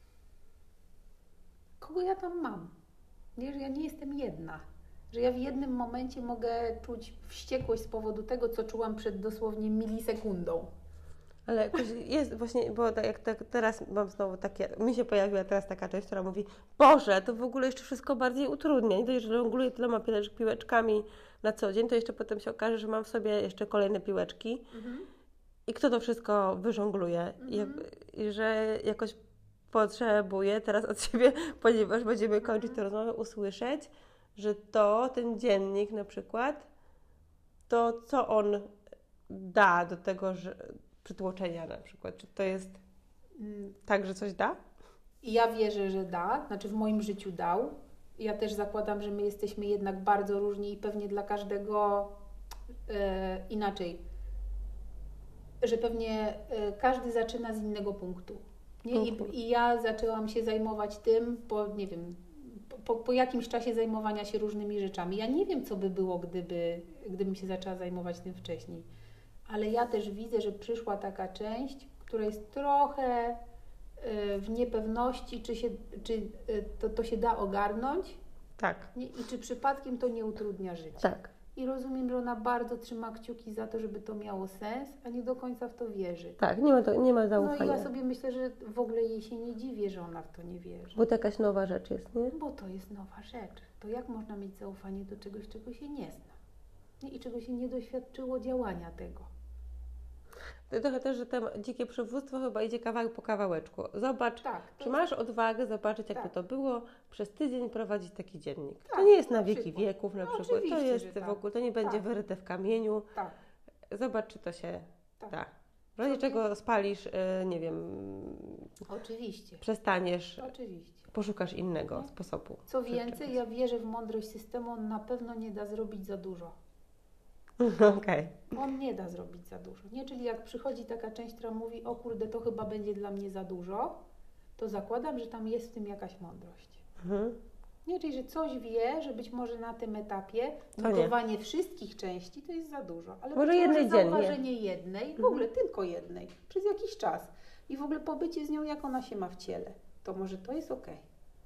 kogo ja tam mam. Nie, że ja nie jestem jedna. Że ja w jednym momencie mogę czuć wściekłość z powodu tego, co czułam przed dosłownie milisekundą. Ale jakoś jest właśnie, bo jak teraz mam znowu takie, mi się pojawiła teraz taka część, która mówi, Boże, to w ogóle jeszcze wszystko bardziej utrudnia. Nie dość, że żongluję tyloma piłeczkami na co dzień, to jeszcze potem się okaże, że mam w sobie jeszcze kolejne piłeczki i kto to wszystko wyżongluje. I że jakoś potrzebuję teraz od siebie, ponieważ będziemy kończyć tę rozmowę, usłyszeć, że ten dziennik na przykład, to co on da do tego, że przytłoczenia na przykład, czy to jest tak, że coś da? Ja wierzę, że da, znaczy w moim życiu dał. Ja też zakładam, że my jesteśmy jednak bardzo różni i pewnie dla każdego inaczej, że pewnie każdy zaczyna z innego punktu. Nie? I ja zaczęłam się zajmować tym, bo nie wiem, po jakimś czasie zajmowania się różnymi rzeczami. Ja nie wiem, co by było, gdybym się zaczęła zajmować tym wcześniej. Ale ja też widzę, że przyszła taka część, która jest trochę w niepewności, czy to się da ogarnąć. Tak. I czy przypadkiem to nie utrudnia życia. Tak. I rozumiem, że ona bardzo trzyma kciuki za to, żeby to miało sens, a nie do końca w to wierzy. Tak, nie ma zaufania. No i ja sobie myślę, że w ogóle jej się nie dziwię, że ona w to nie wierzy. Bo to jakaś nowa rzecz jest, nie? Bo to jest nowa rzecz. To jak można mieć zaufanie do czegoś, czego się nie zna? I czego się nie doświadczyło działania tego. Trochę też, że to dzikie przywództwo chyba idzie kawałek po kawałeczku. Zobacz, czy masz odwagę zobaczyć, jak to było przez tydzień prowadzić taki dziennik. To nie jest na wieki wieków na przykład. To jest w ogóle, to nie będzie wyryte w kamieniu. Tak. Zobacz, czy to się da. W razie czego spalisz, nie wiem... Oczywiście. Przestaniesz. Oczywiście. Poszukasz innego sposobu. Co więcej, ja wierzę w mądrość systemu, on na pewno nie da zrobić za dużo. Okay. On nie da zrobić za dużo. Nie? Czyli jak przychodzi taka część, która mówi, o kurde, to chyba będzie dla mnie za dużo, to zakładam, że tam jest w tym jakaś mądrość. Nie? Czyli, że coś wie, że być może na tym etapie budowanie wszystkich części to jest za dużo. Ale może jednej zauważenie jednej, w ogóle tylko jednej, przez jakiś czas. I w ogóle pobycie z nią, jak ona się ma w ciele. To może to jest okej.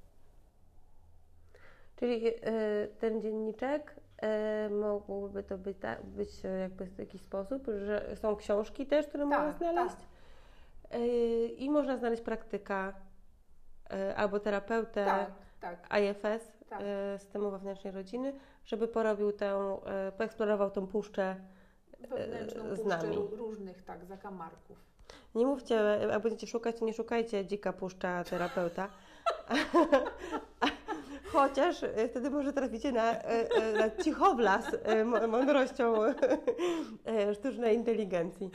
Czyli ten dzienniczek mogłoby to być jakby w taki sposób, że są książki też, które można znaleźć i można znaleźć praktyka albo terapeutę IFS, systemu wewnętrznej rodziny, żeby poeksplorował tą puszczę wewnętrzną z nami. Puszczę różnych zakamarków. Nie mówcie, jak będziecie szukać, to nie szukajcie dzika puszcza terapeuta. Chociaż wtedy może traficie na cichowlas mądrością sztucznej inteligencji.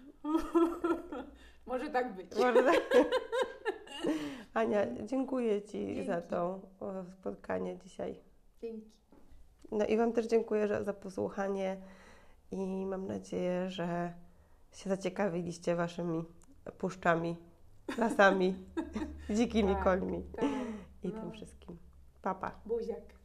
Może tak być. Może tak. Ania, dziękuję Ci Dzięki. za to spotkanie dzisiaj. Dzięki. No i Wam też dziękuję za posłuchanie i mam nadzieję, że się zaciekawiliście Waszymi puszczami, lasami, dzikimi końmi Tak, i tym wszystkim. Pa, pa. buziak.